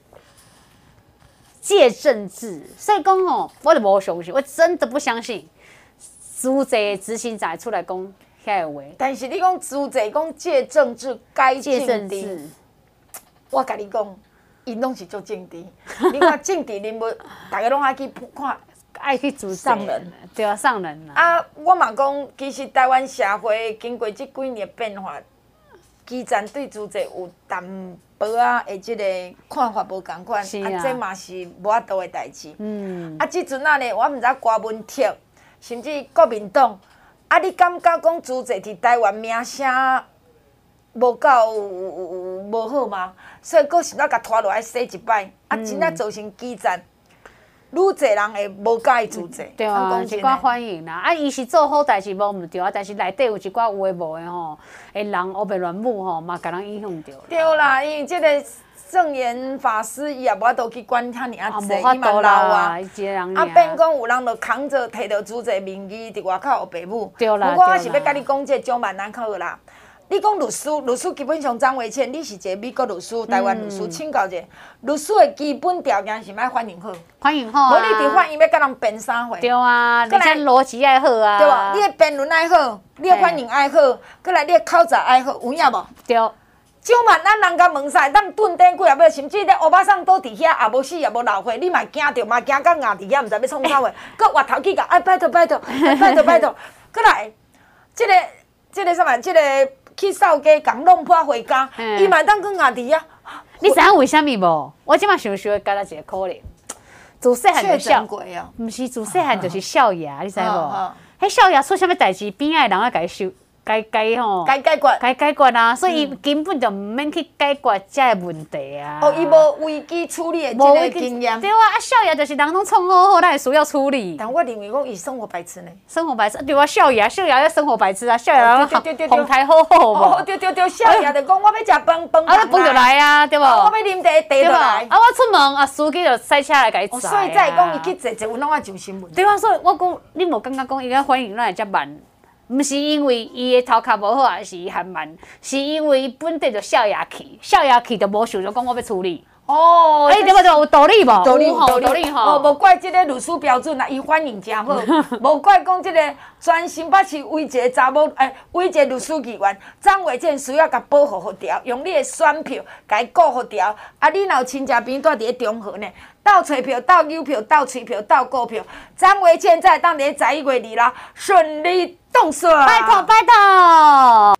借政治，所以讲吼，我就无相信，我真的不相信租债的执行长出来讲遐个话。 但是你讲租债，讲借政治该借政治， 治， 我甲你讲，因拢是做政治。你看政治人物，大家拢爱去看， 爱去租上人， 对啊，上人啊。啊，我嘛讲，其实台湾社会经过这几年的变化，基层对租债有淡薄啊的即个看法无共款， 啊， 啊，这嘛是无法度的代志。 嗯。 啊，即阵啊咧，我毋知郭文铁，甚至国民党，啊，你感觉讲租债伫台湾名声无够无好吗？所以佫是咱甲拖落来洗一摆，啊，真正造成基层愈侪人会无介意租债。 对啊，一寡欢迎啦。啊，伊是做好代志无毋对啊，但是内底有一寡有诶无诶吼，诶人黑白乱舞吼，嘛甲人影响着。 对啦，因为即个圣严法师伊也无法度去管遐尔啊济，伊嘛老啊，伊一个人。 啊，变讲有人就扛着摕着租债名义伫外口学爸母。 对啦。 不过我是要甲你讲，这种蛮难考啦。你讲律师，律师基本上张维倩，你是一个美国律师、台湾律师，请教者，律师的基本条件是要反应好， 反应好啊。 无你伫法院要甲人辩三回。 对啊，而且逻辑爱好啊。 对吧？你的辩论爱好，你的反应爱好，过来你的口才爱好，有影无？ 对。 少万咱人甲问啥，当顿顶几啊尾，甚至咧乌巴桑倒伫遐，也无死也无老岁，你嘛惊着，嘛惊到硬伫遐，毋知要创啥话，搁滑头去甲，哎拜托拜托，拜托拜托，过来，即个即个啥物？即个。去扫街，共弄破回家，伊嘛当去外地啊！ 你知影为虾米无？我即马想想会觉一个可能，自细汉就笑，毋是自细汉就是少爷，你知无？迄少爷出啥物代志，边仔人啊，甲伊收。该该吼， 该解决， 该解决啊！所以伊根本就毋免去解决这个问题啊。 哦，伊无危机处理的这个经验。 对啊，啊，少爷就是人拢创好好，咱会需要处理。 但我认为讲伊生活白痴呢。 生活白痴，对啊，少爷，少爷咧生活白痴啊，少爷红台好好无？ 哦，对对对，少爷就讲我要食饭，饭啊，饭就来啊，对无？ 我要啉茶，茶就来。 啊，我出门啊，司机就塞车来甲伊载。 所以才会讲伊去坐坐，有拢爱上新闻。 对啊，所以我讲，你无感觉讲伊个反应哪会遮慢？毋是因为伊的头壳无好，还是伊还慢，是因为伊本地就少爷气，少爷气就无想着讲我要处理。 哦， 哎，对无对，有道理无？ 道理有道理吼。 哦，无怪即个律师标准啊，伊反应真好，无怪讲即个专心把是为一个查某，哎，为一个律师议员，张维健需要甲保护好条，用你的选票甲伊顾好条。啊，你若有亲戚朋友住伫咧中和呢？斗找票、斗邮票、斗催票、斗购票，张维健在当年十一月二啦，顺利动手。 拜托拜托。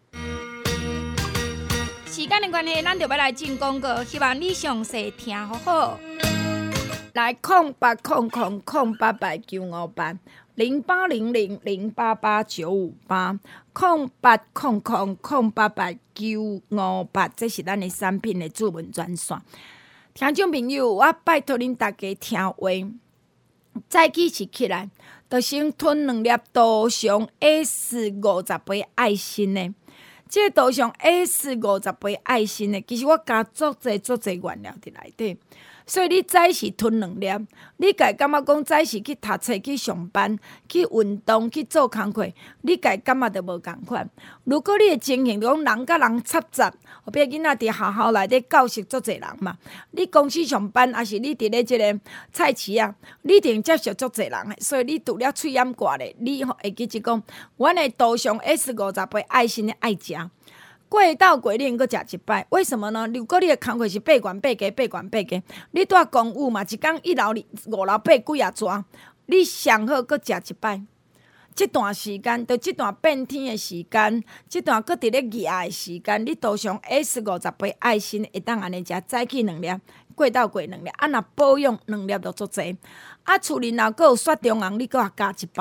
时间的关系，咱就要来进广告，希望你详细听好好。 来空八空空空八八九五八零八零零零八八九五八空八空空空八八九五八，这是咱的产品的主文专线。听众朋友，我拜托恁大家听话，早起是起来，就先吞两粒多上 S 五十杯爱心的。即个多上 S 五十杯爱心的，其实我加足侪足侪原料伫内底。所以你早是吞两粒，你家感觉讲早是去读册、去上班、去运动、去做工课，你家感觉就无共款。如果你的情形讲人甲人插杂，后壁囡仔伫学校内底教识足侪人嘛，你公司上班，还是你伫咧即个菜市啊，你一定接触足侪人的，所以你除了喙掩挂咧，你吼会记住讲，阮的多上 S 五十杯爱心的爱食。过到过年，阁食一摆，为什么呢？如果你的工课是八悬八加八悬八加，你住公寓嘛，一工一楼五楼八几啊逝，你上好阁食一摆。这段时间，就这段变天的时间，这段阁伫咧热的时间，你多上 S 五十杯爱心，会当安尼食，早起两粒，过到过两粒，啊若保养两粒就足济。啊，厝里若阁有雪中红，你阁也加一包。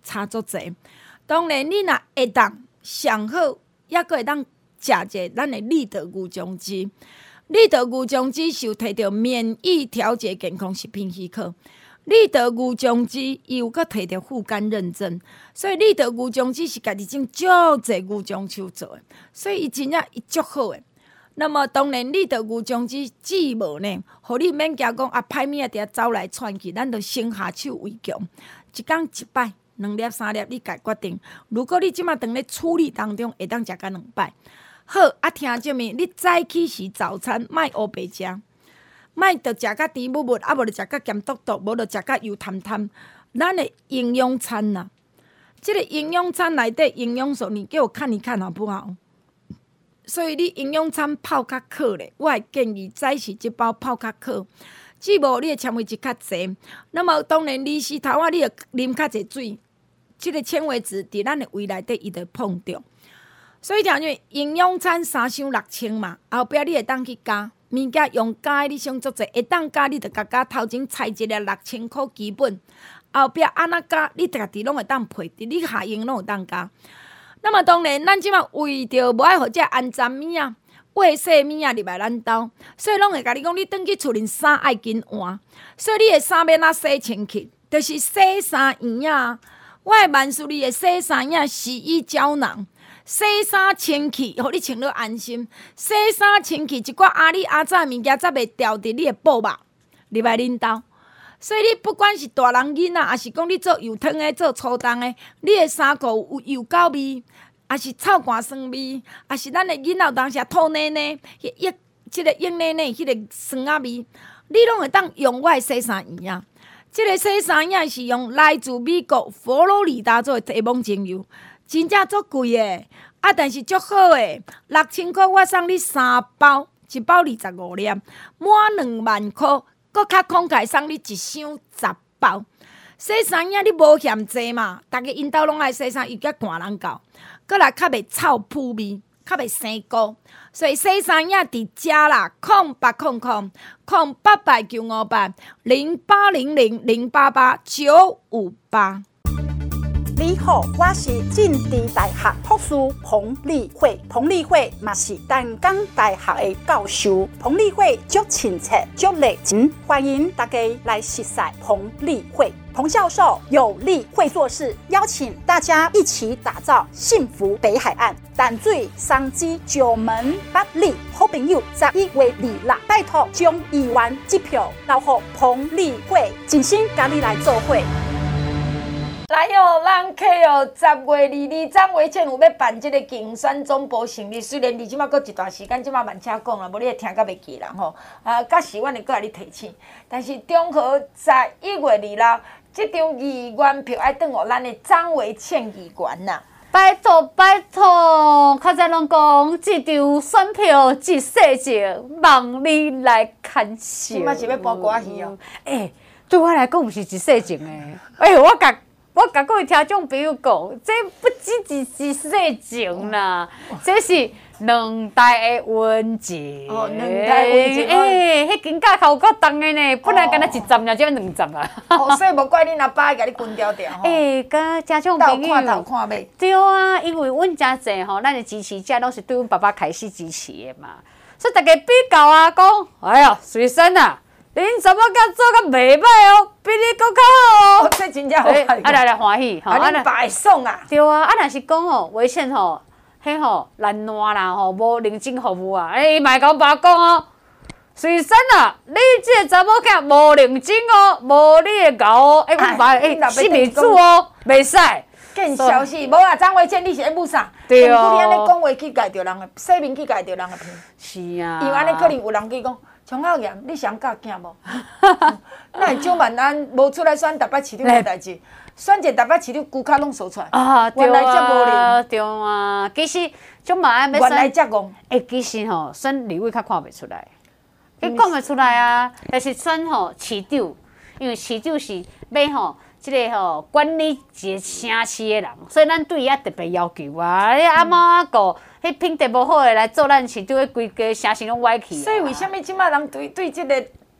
差足济。当然，你若会当上好，抑阁会当食者咱的立德牛种子。立德牛种子是有摕到免疫调节健康食品许可。立德牛种子伊有阁摕到护肝认证，所以立德牛种子是家己种足侪牛种树做的，所以伊真正伊足好的。那么当然，立德牛种子既无呢，互你免惊讲啊，歹物啊，伫遐走来窜去，咱着先下手为强，一工一摆。两粒三粒，你家决定。如果你即马当咧处理当中，会当食到两摆。好，啊，听证明你早起时早餐莫乌白食，莫着食甲甜蜜蜜，啊无着食甲咸笃笃，无着食甲油淡淡。咱的营养餐呐、啊，即、這个营养餐内底营养素，你给我看一看好不好？所以你营养餐泡较好咧，我会建议早时即包泡较好。只无你的纤维质较侪，那么当然你是头仔，你着啉较侪水。即个纤维质伫咱的胃内底，伊就碰着。所以讲，因为营养餐三箱六千嘛，后壁你会当去加物件用加的，你想足济，会当加你着加加头前菜一粒六千块基本，后壁安怎加，你家己拢会当配，伫你下用拢有当加。那么当然，咱即马为着无爱互遮安全物啊、卫生物啊入来咱兜，所以拢会甲你讲，你转去厝里衫爱紧换，所以你的衫免哪洗清气，着、就是洗衫圆啊。我的万事利的洗衫液洗衣胶囊，洗衫清气，互你穿落安心。洗衫清气，一寡阿里阿杂物件则袂掉伫你的布肉入来恁兜。所以你不管是大人囡仔，还是讲你做油汤的、做粗冬的，你的衫裤有油膏味，还是臭汗酸味，还是咱的囡仔有当时吐奶奶，迄一即个硬奶奶迄个酸仔味，你拢会当用我的洗衫液啊。这个洗衫液是用来自美国佛罗里达做的提蒙精油，真正足贵的，啊，但是足好的，六千块我送你三包，一包二十五粒，满两万块，搁较慷慨送你一箱十包。洗衫液你无嫌济嘛，逐个因兜拢爱洗衫，伊甲寒人搞，搁来较袂臭扑味。较袂生菇，所以洗衫液伫遮啦，空八空空空八八九五八零八零零零八八九五八。 你好，我是政治大学博士彭丽慧。彭丽慧嘛是淡江大学的教授。彭丽慧足亲切、足热情，欢迎大家来识识彭丽慧。彭教授有力会做事，邀请大家一起打造幸福北海岸。淡水、桑基、九门、八里，好朋友十一月二六，拜托将议员支票留给彭丽慧，真心甲你来做伙。 来哦，咱客哦，十月二二张维倩有要办这个竞选总部成立，虽然离即马搁一段时间，即马慢车讲啦，无你会听甲袂记啦吼。啊，假使阮会搁来你提醒，但是中和十一月二六，这张议员票爱转互咱的张维倩议员呐。 拜托拜托，较早拢讲这张选票一世情，望你来看守。 即马是要搬歌戏哦。 诶、欸，对我来讲，毋是一世情诶。诶、欸，我甲。我甲各位听众朋友讲，这不只是一世情啦，这是两代的恩情。 哦，两代恩情。 诶，迄金价头够重的呢，本来敢若一十呢，即摆两十啊。 哦，所以无怪你阿爸甲你分调调吼。 诶，甲家长朋友。 看头看尾。 对啊，因为阮真济吼，咱的支持者拢是对阮爸爸开始支持的嘛，所以大家比较啊，讲，哎呀，水生啊。恁怎么甲做甲袂歹哦，比你搁较好哦。 这真正好看。 啊来来欢喜， 吼，啊，恁爸会爽啊。 对啊，啊若是讲吼，维倩吼，迄吼烂烂啦吼，无认真服务啊，哎，伊嘛会甲阮爸讲哦，水生啊，你这个查某囝无认真哦，无你会教哦，哎，阮爸哎，死袂煮哦，袂使。 见消息，无啊，张维倩，你是咧舞啥？ 对哦。 你安尼讲话去家着人的，说明去家着人的片。 是啊。 因为安尼可能有人去讲。从浩言，你想教囝无？那蒋万安无出来选台北市长的代志，选一个台北市长，骨卡拢说出来。 啊， 原来遮无灵。 对啊，其实蒋万安要选， 原来遮戆。 诶，其实吼，选立委较看袂出来，伊讲袂出来啊。但是选吼市长，因为市长是要吼。即个吼管理一个城市的人，所以咱对伊啊特别要求啊。你阿猫阿狗，迄品德无好的来做咱市长，迄规个城市拢歪去。 所以为什么即摆人对对即个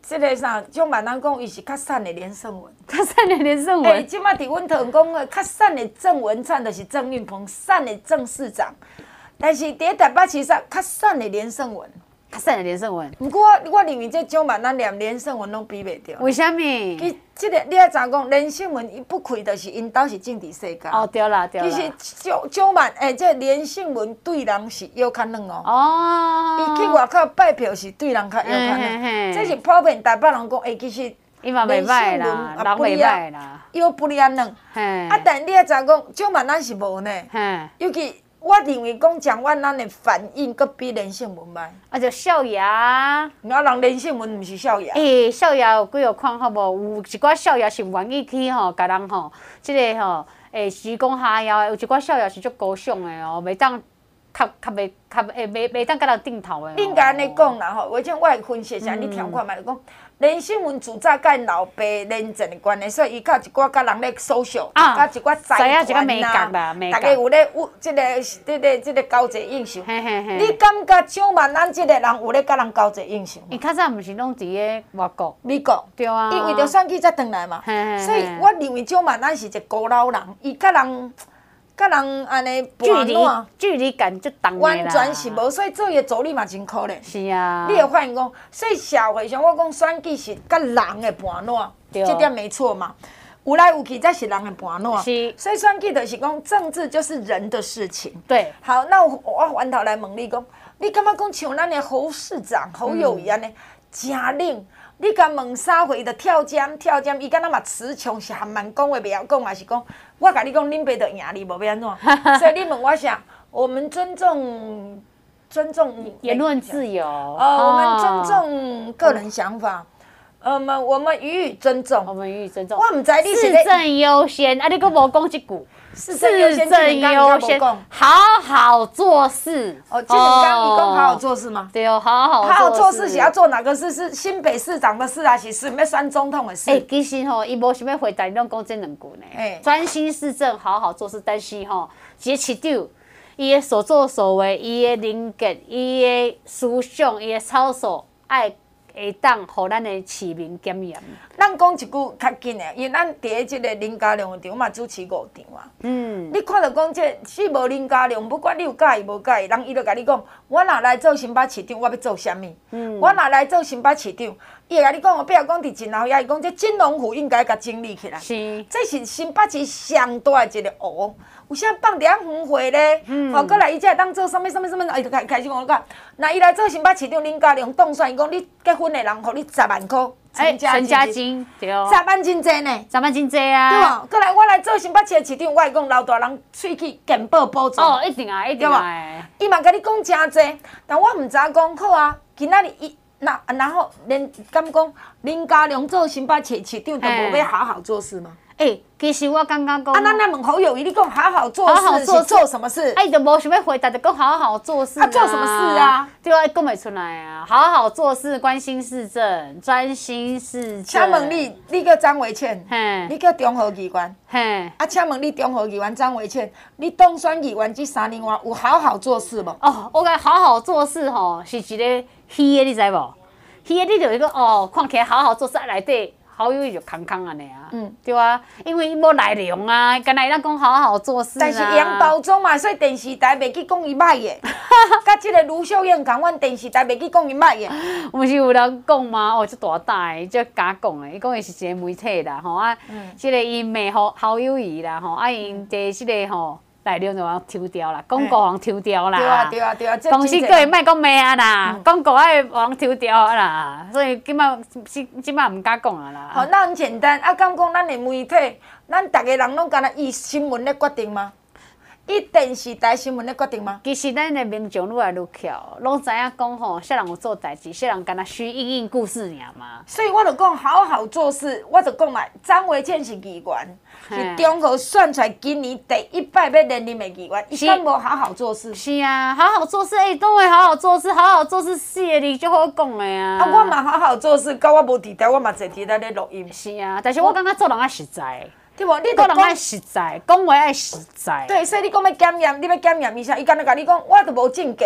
即个啥，种万人讲伊是较瘦的连胜文。 较瘦的连胜哎， 文。 即马伫阮桃园讲的较瘦的郑文灿，就是郑运鹏，瘦的郑市长。但是伫台北市上较瘦的连胜文。 较瘦的连胜文。 毋过我我认为这蒋万安连连胜文拢比袂着。 为虾物？ 伊即个你爱怎讲？连胜文伊不亏，就是因兜是政治世家。 哦，对啦对啦。 其实蒋蒋万诶，这连胜文对人是腰较软哦。 哦。 伊去外口拜票是对人较腰较软，这是普遍台北人讲，诶，其实伊嘛袂歹啦，人袂歹啦， 腰不离安软。 嘿。 啊，但你爱怎讲？蒋万安是无呢。 嘿。 尤其。我认为讲蒋万安的反应，阁比连胜文歹。 啊，就少爷。啊， 人连胜文毋是少爷。 诶，少爷有几个看好无？有一寡少爷是愿意去吼，甲人吼，即个吼，诶，鞠躬哈腰的；有一寡少爷是足高尚的哦，袂当较较袂较诶，袂袂当甲人顶头的。 恁甲安尼讲啦吼，或者我会分析下，你听看觅，就讲连胜文自早甲因老爸连战的关系，所以伊较一寡甲人咧 social， 甲一寡财团呐，大家有咧有即个即个即个交际应酬。你感觉蒋万安即个人有咧甲人交际应酬？ 伊较早毋是拢伫咧外国、 美国， 对啊， 伊为着选举才转来嘛。所以我认为蒋万安是一个古老人，伊甲人。甲人安尼距离距离感就重完全是无，所以做伊助理嘛真可怜。 是啊， 你会发现讲，所以社会上我讲选举是甲人的伴侣，这点没错嘛。有来有去才是人的伴侣。 是， 所以选举就是讲政治就是人的事情。 对。 好，那我我翻头来问你讲，你感觉讲像咱的侯市长侯友宜安尼，真冷。你甲问三回就跳针跳针，伊敢若嘛词穷是含慢讲话袂晓讲，还是讲我甲你讲恁爸就赢你，无要安怎？所以你问我啥？我们尊重尊重言论自由。 呃，我们尊重个人想法。呃，我们我们予以尊重。 我们予以尊重。 我毋知你是市政优先，啊，你佫无讲一句。 市政优先，市政优先， 好好做事。 哦，这两天伊讲好好做事吗？ 对哦，好好好好做事是要做哪个事？是新北市长的事，还是是要选总统的事？ 哎，其实吼，伊无想要回答你拢讲这两句呢。哎，专心市政，好好做事。但是吼，一个市长，伊的所作所为，伊的人格，伊的思想，伊的操守，爱。会当互咱的市民检验。 咱讲一句较紧的，因为咱伫即个林佳龙场嘛主持五场啊。嗯。你看到讲这是无林佳龙，不管你有介意无介意，人伊就甲你讲，我若来做新北市长，我要做啥物？嗯。我若来做新北市长，伊会甲你讲，比如讲伫真后遐，伊讲这金融府应该甲整理起来。 是。 这是新北市上大的一个湖。有啥放伫遐园会咧？嗯。吼，过来伊才会当做啥物啥物啥物，伊就开开始讲讲，那伊来做新北市长，林佳龙当选，伊讲你结婚的人，互你十万块。 哎，全家金对哦， 十万真济呢， 十万真济啊， 对无？过来我来做新北市的市长，我会讲老大人喙齿健保补助。 哦，一定啊，一定啊。 伊嘛甲你讲真济，但我毋知讲好啊。今仔日伊那然后连敢讲林佳龙做新北市市长，就无要好好做事吗？ 哎、欸，其实我感觉讲， 啊，咱来问侯友宜，你讲好好做事是做什么事？ 哎，就无想要回答，就讲好好做事。 啊，做什么事啊？ 对啊，讲袂出来啊！好好做事，关心市政，专心市政。 请问你，你叫张维倩，你叫中和议员， 嘿， 啊，请问你中和议员张维倩，你当选议员这三年外有好好做事无？ 哦，我讲好好做事吼，是一个虚的，你知无？虚的你就一个哦，看起来好好做事内底。好友伊就空空安尼啊，嗯，对啊，因为伊无内容啊，干那伊咱讲好好做事啊。 但是洋包装嘛，所以电视台袂去讲伊歹的，甲即个卢秀燕讲，阮电视台袂去讲伊歹的。 毋是有人讲吗？哦，这大胆的，这假讲的，伊讲伊是一个媒体啦，吼啊，嗯、即个伊骂好好友伊啦，吼啊，因伫即个吼。内容就人抽掉啦，广告人抽掉啦， 对啊对啊对啊， 公司个会卖讲骂啊啦，广告爱人抽掉啊啦，所以今麦即即麦毋敢讲啊啦。 好，那很简单，啊，敢讲咱的媒体，咱逐个人拢敢若以新闻咧决定吗？以电视台新闻咧决定吗？ 其实咱的民众愈来愈巧，拢知影讲吼，小人有做代志，小人敢若虚应应故事尔嘛。 所以我就讲好好做事，我就讲嘛，张维倩是议员。是中和选出来今年第一摆要连任的议员，伊敢无好好做事？ 是啊，好好做事，哎、欸，当然好好做事，好好做事四个字就好讲的啊。 啊，我嘛好好做事，甲我无伫台，我嘛坐伫咧咧录音。 是啊，但是我感觉做人爱实在， 对无？你做人爱实在，讲话爱实在。 对，所以你讲要检验，你要检验一下，伊敢若甲你讲，我都无证件啦。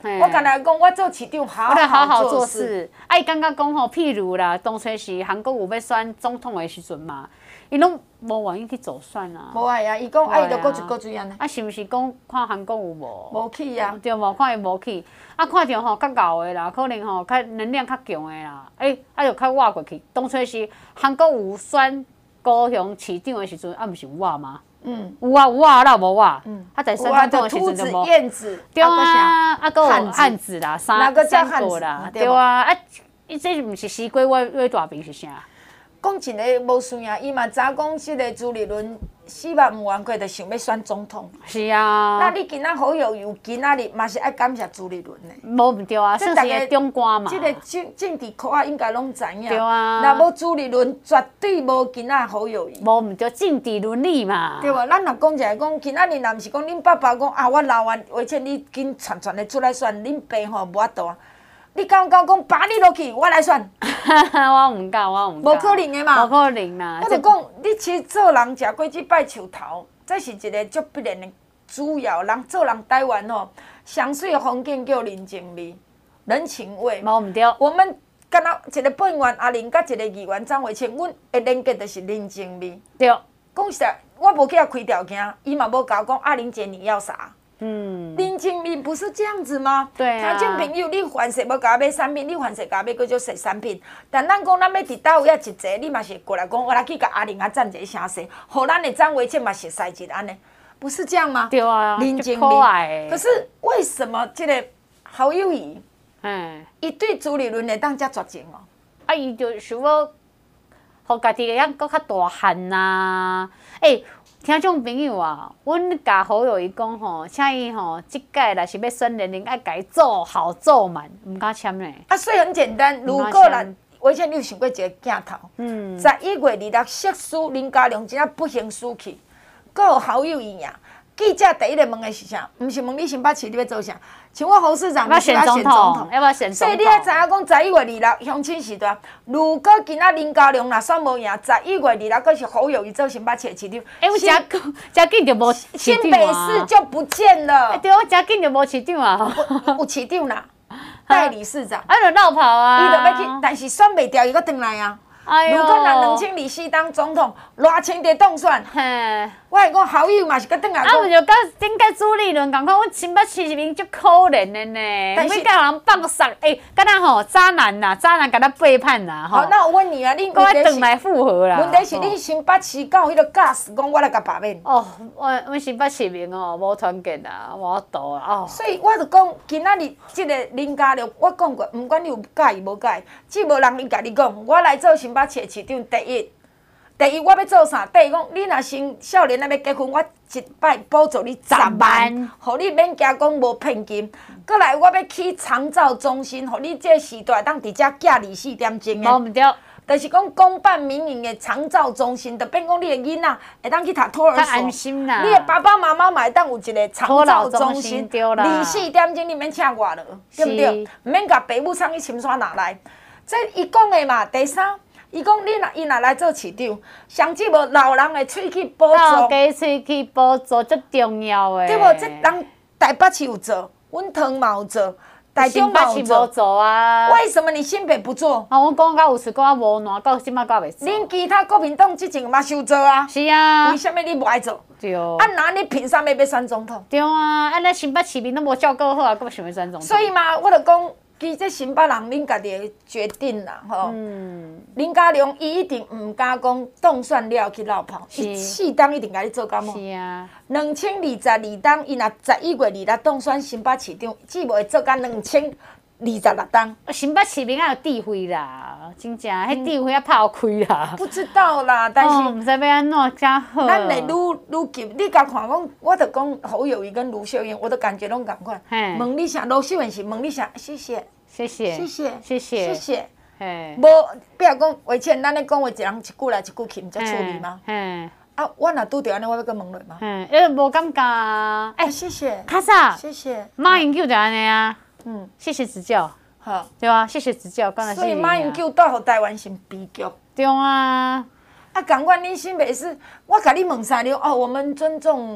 我敢来讲，我做市长好我得好好做做事。啊，伊感觉讲吼，譬如啦，当初是韩国有要选总统的时阵嘛，伊拢无愿意去走选啊。 无爱啊，伊讲啊，伊就搁一个水安尼。 啊，是毋是讲看韩国有无？ 无去啊。 对无？看伊无去。啊，看着吼较敖的啦，可能吼较能量较强的啦，诶、欸，啊就较活过去。当初是韩国有选高雄市长的时阵，啊，毋是有我吗？嗯，有啊有啊，哪无我？嗯，啊在选总统的时阵就无。 燕子， 对啊，啊，搁有汉子啦，三三个啦，对啊，啊，伊这毋是西瓜越越大饼是啥？ 讲真诶，无算啊，伊嘛早讲，即个朱立伦四万五万过，就想要选总统。 是啊。 那你今仔好友有今仔日嘛是爱感谢朱立伦诶。 无毋对啊，算是个中官嘛。 即个政政治科啊，应该拢知影。 对啊。 若无朱立伦，绝对无今仔好友谊。 无毋对，政治伦理嘛。 对无？咱若讲一下讲，今仔日若毋是讲恁爸爸讲啊，我老啊，而且你紧传传的出来选，恁爸吼无法度啊。你敢敢讲拔你落去，我来选？ 我毋敢，我毋敢。 无可能的嘛。 无可能啦。 我就讲，你其实做人食过即摆树头，这是一个足必然的主要。人做人台湾吼，上水的风景叫人情味、人情味。 无毋对。 我们敢若一个本员阿玲，甲一个议员张伟清，阮的连结就是人情味。 对。 讲实在，我无去遐开条件，伊嘛无甲我讲阿玲姐你要啥。 嗯， 人情味不是这样子吗？ 对啊。 听众朋友，你凡事要甲我买产品，你凡事甲我买嗰种小产品，但咱讲咱要伫倒位啊一坐，你嘛是过来讲，我来去甲阿玲啊赞一个声势，互咱的张维倩嘛熟悉一安尼，不是这样吗？ 对啊， 人情味。 可是为什么这个侯友宜，嗯，伊对朱立伦会当遮绝情哦？ 啊，伊就想要，互家己个样搁较大汉呐，诶。听众朋友啊，阮甲好友伊讲吼，请伊吼，即届若是要选连任，爱家做好做满，毋敢签呢。 啊，所以很简单，如果咱，而且你有想过一个镜头，嗯，十一月二日失输林佳龙真正不幸输去，阁有好友伊赢。记者第一个问的是啥？毋是问你新北市你要做啥？像我侯市长， 要选总统，要不要选总统？ 所以你要知影讲，十一月二日乡亲时段，如果今仔林佳龙若选无赢，十一月二日阁是侯友宜做新北市的市长。 哎，我真真紧就无市长啊！ 新北市就不见了。 哎，对，我真紧就无市长啊！ 有市长啦，代理市长。 啊，就绕跑啊！ 伊就要去，但是选袂掉，伊阁转来啊。如果若两千二四当总统，偌千个当选，我係講好友嘛是佮轉來講。 啊，毋就甲頂屆朱立倫共款，阮新北市民足可憐的呢，每個人放殺，誒，敢若吼渣男啦，渣男甲咱背叛啦，吼。 好，那我問你啊，恁講來轉來復合啦。 問題是恁新北市敢有迄個架勢，講我來甲罷免。 哦，我阮新北市民哦，無團結啊，無度啊，哦。 所以我就講，今仔日即個林佳龍，我講過，毋管你有介意無介意，只無人伊甲你講，我來做新北市市長第一。第一，我要做啥？第一讲，你若生少年啊要結婚，我一擺補助你十萬，互你免驚講無騙金。過來，我要去長照中心，互你這時代當佇遮寄二十四點鐘的。 無毋對。 就是講公辦民營的長照中心，就變講你的囡仔會當去讀托兒所。 安心啦。 你的爸爸媽媽嘛會當有一個長照中心，二十四點鐘你免請外勞，對不對？毋免甲爸母送去深山拿來。這伊講的嘛，第三。伊講你若伊若來做市長，上至無老人的喙齒補助， 老家喙齒補助最重要誒。 對無？即人台北市有做，阮桃嘛有做，台中嘛有做。 做啊。 為什麼你新北不做？ 啊，我講到有時講啊無難，到即擺到袂做。 恁其他國民黨之前嘛是有做啊。 是啊。 為什麼你無愛做？ 對。 啊，那你憑啥物要選總統？ 對啊，啊，咱新北市民都無照顧好啊，佫要想要選總統。 所以嘛，我就講。其實新北人恁家己的決定啦，吼。嗯。林佳龍伊一定毋敢講當選了去落跑，伊四當一定甲你做感冒。 是啊。 兩千二十二當，伊若十一月二日當選新北市長，只無會做甲兩千二十六當。 新北市民啊有智慧啦，真正，迄智慧啊拍開啦。 不知道啦，但是毋知要安怎才好。 咱會愈愈急，你甲看講，我就講侯友宜跟盧秀燕，我都感覺攏共款。問你啥？盧秀燕是問你啥？謝謝。謝謝，謝謝，謝謝，謝謝。嘿，無，比如講，為前咱咧講話一人一句來一句去，毋才處理嗎？嘿，啊，我若拄着安尼，我要擱問落嗎？ 嗯，因為無感覺。哎， 謝謝。 卡啥？ 謝謝。 馬英九就安尼啊。嗯，謝謝指教。 好， 對啊，謝謝指教，剛才。 所以馬英九帶互台灣成悲劇。 對啊。 啊，共款恁新北市，我甲你問三了哦，我們尊重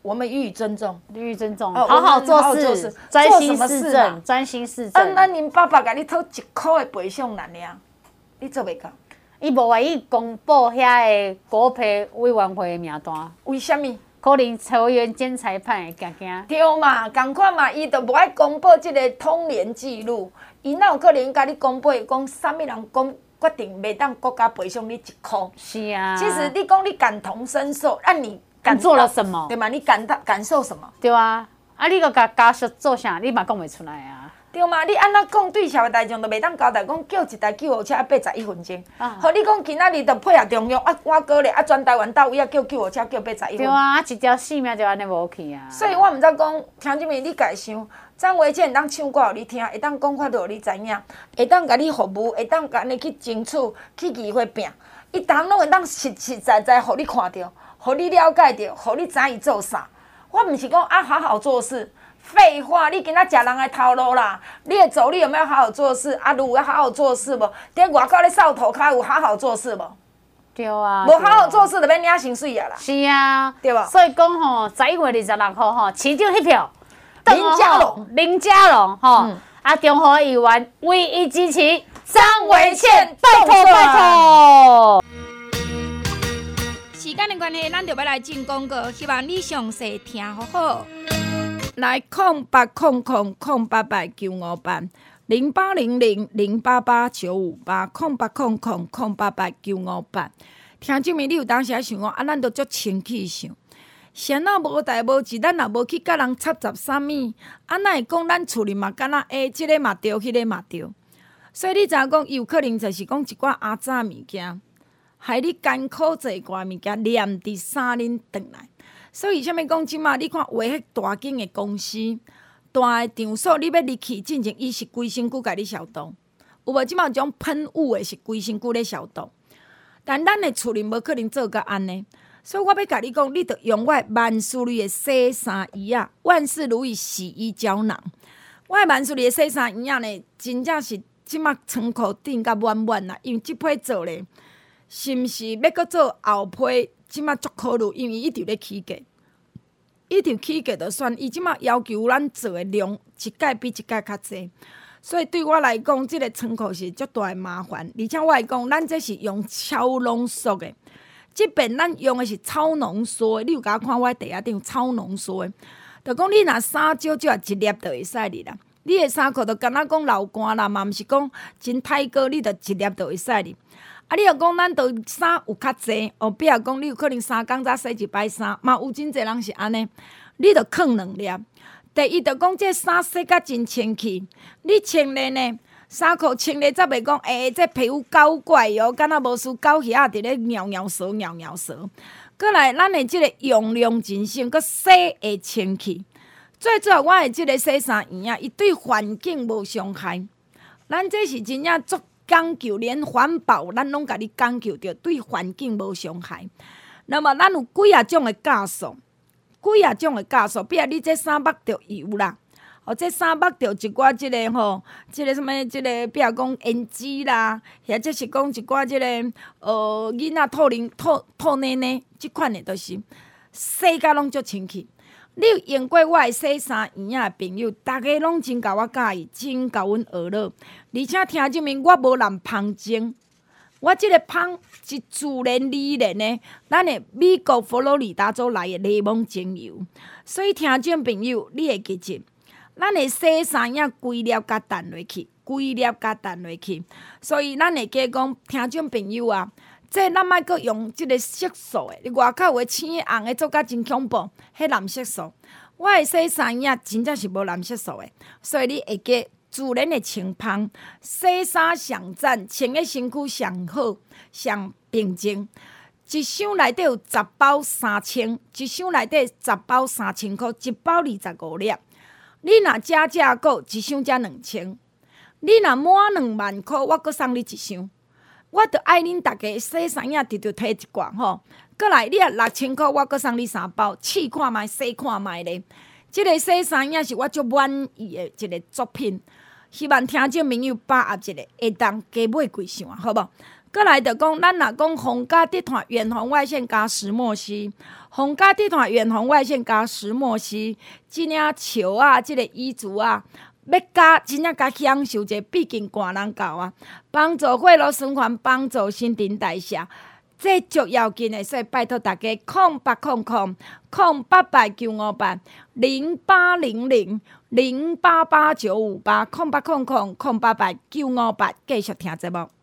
我们予以尊重， 予以尊重， 哦好好做我们好好做事事， 专做什心么事市政嘛， 专心市啊， 政。 咱恁爸爸甲你讨一箍的赔偿难尔，你做袂到， 伊无愿意公布遐个国赔委员会的名单， 为什么？ 可能球员兼裁判会惊惊。 对嘛，共款嘛，伊都无爱公布即个通联记录，伊哪有可能甲你公布讲啥物人讲决定袂当国家赔偿你一箍？ 是啊， 其实你讲你感同身受，那你感你做了什么对吗？你感到感受什么？ 对啊，啊你个甲家属做啥，你嘛讲袂出来啊。 对嘛？你安怎讲对社会大众都袂当交代，讲叫一台救护车八十一分钟， 啊互、你讲今仔日就配合中央啊，我过咧啊，全台湾到位啊，叫救护车叫八十一分钟。 对啊，啊一条性命就安尼无去啊。 所以我毋知讲，听即面你家想，张维健会当唱歌互你听，会当讲法度互你知影，会当甲你服务，会当甲你去争取，去议会拼，伊逐项拢会当实实在在互你看到，互你了解到，互你知伊做啥。我毋是讲啊，好好做事。废话，你今仔食人的头路啦！你的走，你有没有好好做事？啊，有好好做事无？伫外口咧扫涂骹有好好做事无？ 对啊， 无好好做事就要领薪水啊啦！ 是啊， 对吧所以讲吼，十一月二十六号吼，市长迄票， 林佳龙， 林佳龙吼， 嗯啊，中和议员唯一支持张维倩拜托拜托。 时间的关系，咱就要来进广告，希望你详细听好好。 来空八空空空八八九五八零八零零零八八九五八空八空空空八八九五八。听证明你有当时想讲，啊，咱都足清气想，闲啊无代无志，咱也无去甲人插杂啥物，啊，哪会讲咱厝里嘛敢若诶，即、這個嘛对，迄、那個嘛对。所以你知影讲，有可能就是讲一寡阿早物件，害你艰苦做寡物件，念伫三年转来。所以，啥物讲即马？你看，话迄大间的公司、大的场所，你要入去进前，伊是规身躯甲你消毒。有无？即马有种喷雾的，是规身躯咧消毒。但咱的厝里无可能做到安尼。所以我要甲你讲，你着用我的万事如意的洗衫衣啊，万事如意洗衣胶囊。我的万事如意的洗衫衣啊呢，真正是即马仓库顶甲满满啦，因为即批做咧，是毋是要搁做后批？即马足考虑，因为伊一直咧起价，一直起价就算伊即马要求咱做的量一届比一届较济，所以对我来讲，即、這个仓库是足大的麻烦。而且我来讲，咱这是用超浓缩的，即边咱用的是超浓缩的。你有甲我看我地下顶超浓缩的，就讲你若衫少少一粒就会使哩啦。你的衫裤就敢若讲流汗啦，嘛毋是讲真太过，你就一粒就会使哩。啊！你若讲咱都衫有较济，哦，比如讲你有可能三工早洗一摆衫，嘛有真侪人是安尼，你着放两粒。第一着讲这衫洗甲真清气，你穿咧呢，衫裤穿咧则袂讲，诶、欸，这皮肤够怪哦，敢若无输狗耳仔伫咧尿尿扫尿尿扫。过来，咱的即个用量真省，佮洗会清气。最主要，我的即个洗衫衣啊，伊对环境无伤害。咱这是真正足。讲究连环保，咱拢甲你讲究着，对环境无伤害。那么，咱有几啊种的加速，几啊种的加速，比如你这衫目着油啦，哦，这衫目着一寡即个吼，即个什么，即个比如讲胭脂啦，或者是讲一寡即个呃囡仔吐奶吐吐奶奶，即款的都是洗甲拢足清气。你有用过我的洗衫衣仔的朋友，逐个拢真甲我介意，真甲阮学乐，而且听证明我无染芳精，我即个芳是自然而然的，咱的美国佛罗里达州来的柠檬精油，所以听众朋友你会记住，咱的洗衫衣规粒甲淡落去，规粒甲淡落去，所以咱会记讲听众朋友啊。这咱莫阁用即个色素的，外口有诶青红诶做甲真恐怖，迄蓝色素。我诶洗衫衣真正是无蓝色素的，所以你会记自然的清芳，洗衫上赞，穿诶身躯上好，上平静。一箱内底有十包三千，一箱内底十包三千块，一包二十五粒。你若加价购一箱才两千，你若满两万块，我阁送你一箱。我着爱恁逐个洗衫衣直直摕一罐吼，过来你若六千块，我阁送你三包，试看觅，洗看觅咧。即、這個洗衫衣是我足满意的一个作品，希望听众朋友把握一个，会当加买几箱啊，好无？过来着讲，咱若讲皇家地毯远红外线加石墨烯， 皇家地毯远红外线加石墨烯，即领笑啊，即、这个衣橱啊，要加真正加享受者，毕竟寒人到啊，帮助血路循环，帮助新陈代谢。这足要紧的，所以拜托大家，空八空空空八八九五八零八零零零八八九五八空八空空空八八九五八，继续听节目。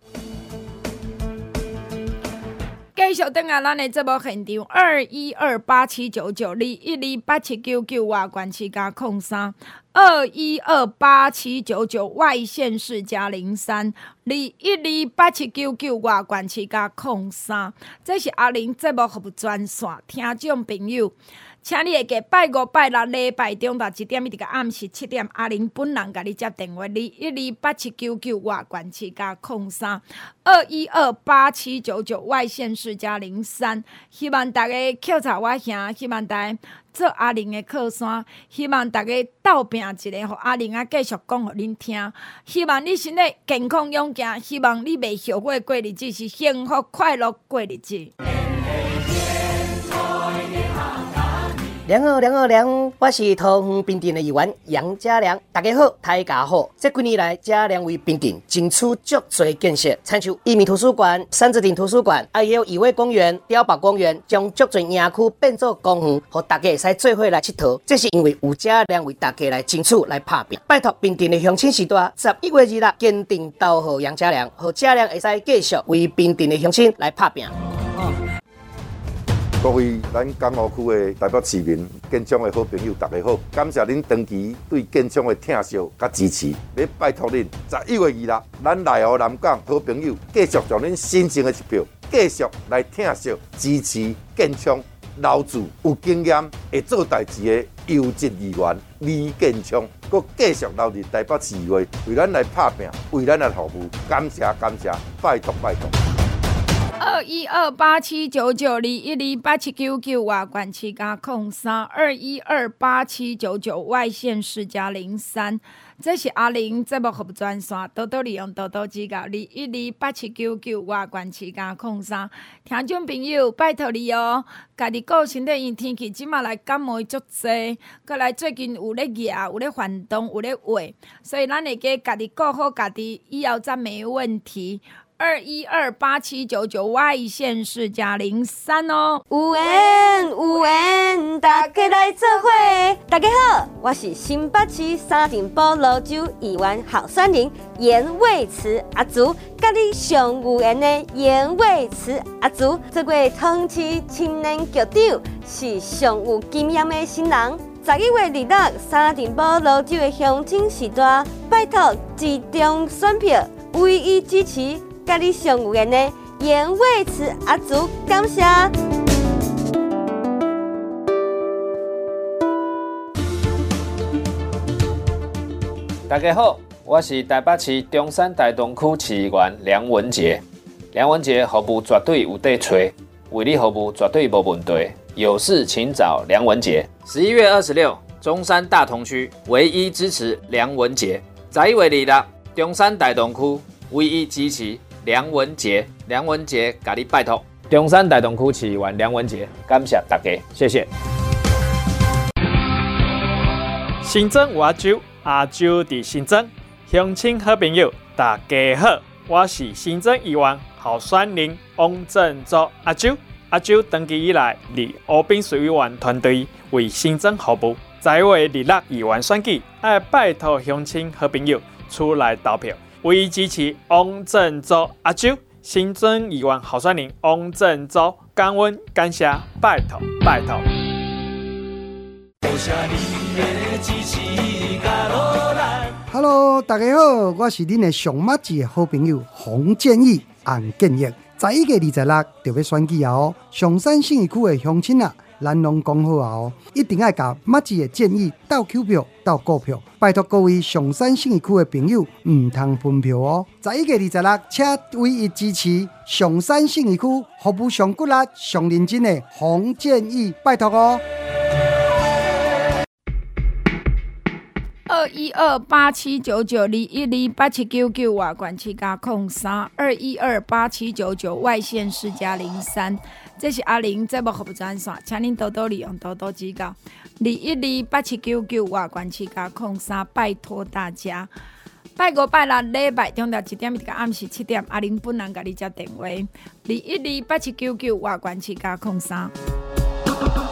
继续等下咱的节目现场，二一二八七九九二一二八七九九外县市加空三，二一二八七九九外县市加零三，二一二八七九九外县市加空三。这是阿玲节目服务专线，听众朋友，请你会记拜五、拜六、礼拜中昼一点一直到暗时七点，阿玲本人甲你接电话，二一二八七九九外县市加空三，二一二八七九九外县市加零三。希望大家扣查我兄，希望大家做阿玲的靠山，希望大家斗拼一个，互阿玲啊继续讲互恁听。希望你身体健康勇健，希望你袂后悔过日子，是幸福快乐过日子。 良好良好良，我是桃园bình镇的议员杨家良。大家好，大家好。这几年来，家良为bình镇争取足多建设，参像一民图书馆、三字町图书馆，还有义卫公园、碉堡公园，将足多园区变作公园，让大家会使做伙来佚佗。这是因为有家良为大家来争取来打拼。拜托bình镇的乡亲时代，十一月二日坚定投予杨家良，让家良会使继续为bình镇的乡亲来打拼。 各位咱港澳区的台北市民、建昌的好朋友，大家好！感谢恁长期对建昌的疼惜甲支持，要拜托恁十一月二日，咱内湖南港好朋友继续将恁新增的一票，继续来疼惜支持建昌老主有经验、会做代志的优质议员李建昌，佮继续留伫台北市议会，为咱来打拼，为咱来服务。感谢感谢，拜托拜托。 二一二八七九九二一二八七九九外县市加空三，二一二八七九九外县市加零三。这是阿玲节目服务专线，多多利用，多多指教。二一二八七九九外县市加空三，听众朋友拜托你哦，家己顾身体，因天气即马来感冒足济，搁来最近有咧热，有咧烦冻，有咧话，所以咱会记家己顾好家己，以后才没问题。二一二八七九九外县市加零三哦， 有缘有缘，大家来做伙。大家好，我是新北市三重埔蘆洲议员候选人严惠慈阿竹，甲你上有缘的严惠慈阿竹，这位汤市青年局长是上有经验的新人。十一月二日，三重埔蘆洲的乡亲时代，拜托集中选票，唯一支持。甲你上有缘的严惠慈阿竹，感谢。 大家好，我是台北市中山大东区市议员梁文杰。梁文杰服务绝对有得找，为你服务绝对无问题。有事请找梁文杰。十一月二十六，中山大同区唯一支持梁文杰。十一月二日，中山大东区唯一支持。梁文杰，梁文杰，甲你拜托，中山大东区市议员梁文杰，感谢大家，谢谢。 新庄有阿周，阿周伫新庄，乡亲好朋友，大家好，我是新庄议员候选人王振祖阿周。阿周登记以来，伫乌滨水委员团队为新庄服务。十一月二日议员选举，爱拜托乡亲好朋友出来投票。唯一支持王振祖阿周，新庄议员候选人王振祖，感恩感谢，拜托拜托。 Hello， 大家好，我是恁的上马子的好朋友洪建义、洪建义。十一月二十六就要选举啊哦，上山信义区的乡亲啊，咱拢讲好啊哦，一定爱甲马子的建议到扣票、到购票。拜托各位上山信义区的朋友，唔通分票哦！十一月二十六，请唯一支持上山信义区服務上骨力、上認真的洪建義，拜托哦！ 二一二八七九九二一二八七九九外管七加空三二一二八七九九外线四加零三，这是阿玲节目服务专线，请您多多利用，多多指教。二一二八七九九外管七加空三，拜托大家。拜五拜六礼拜中昼一点一到暗时七点，阿玲本人甲你接电话，二一二八七九九外管七加空三。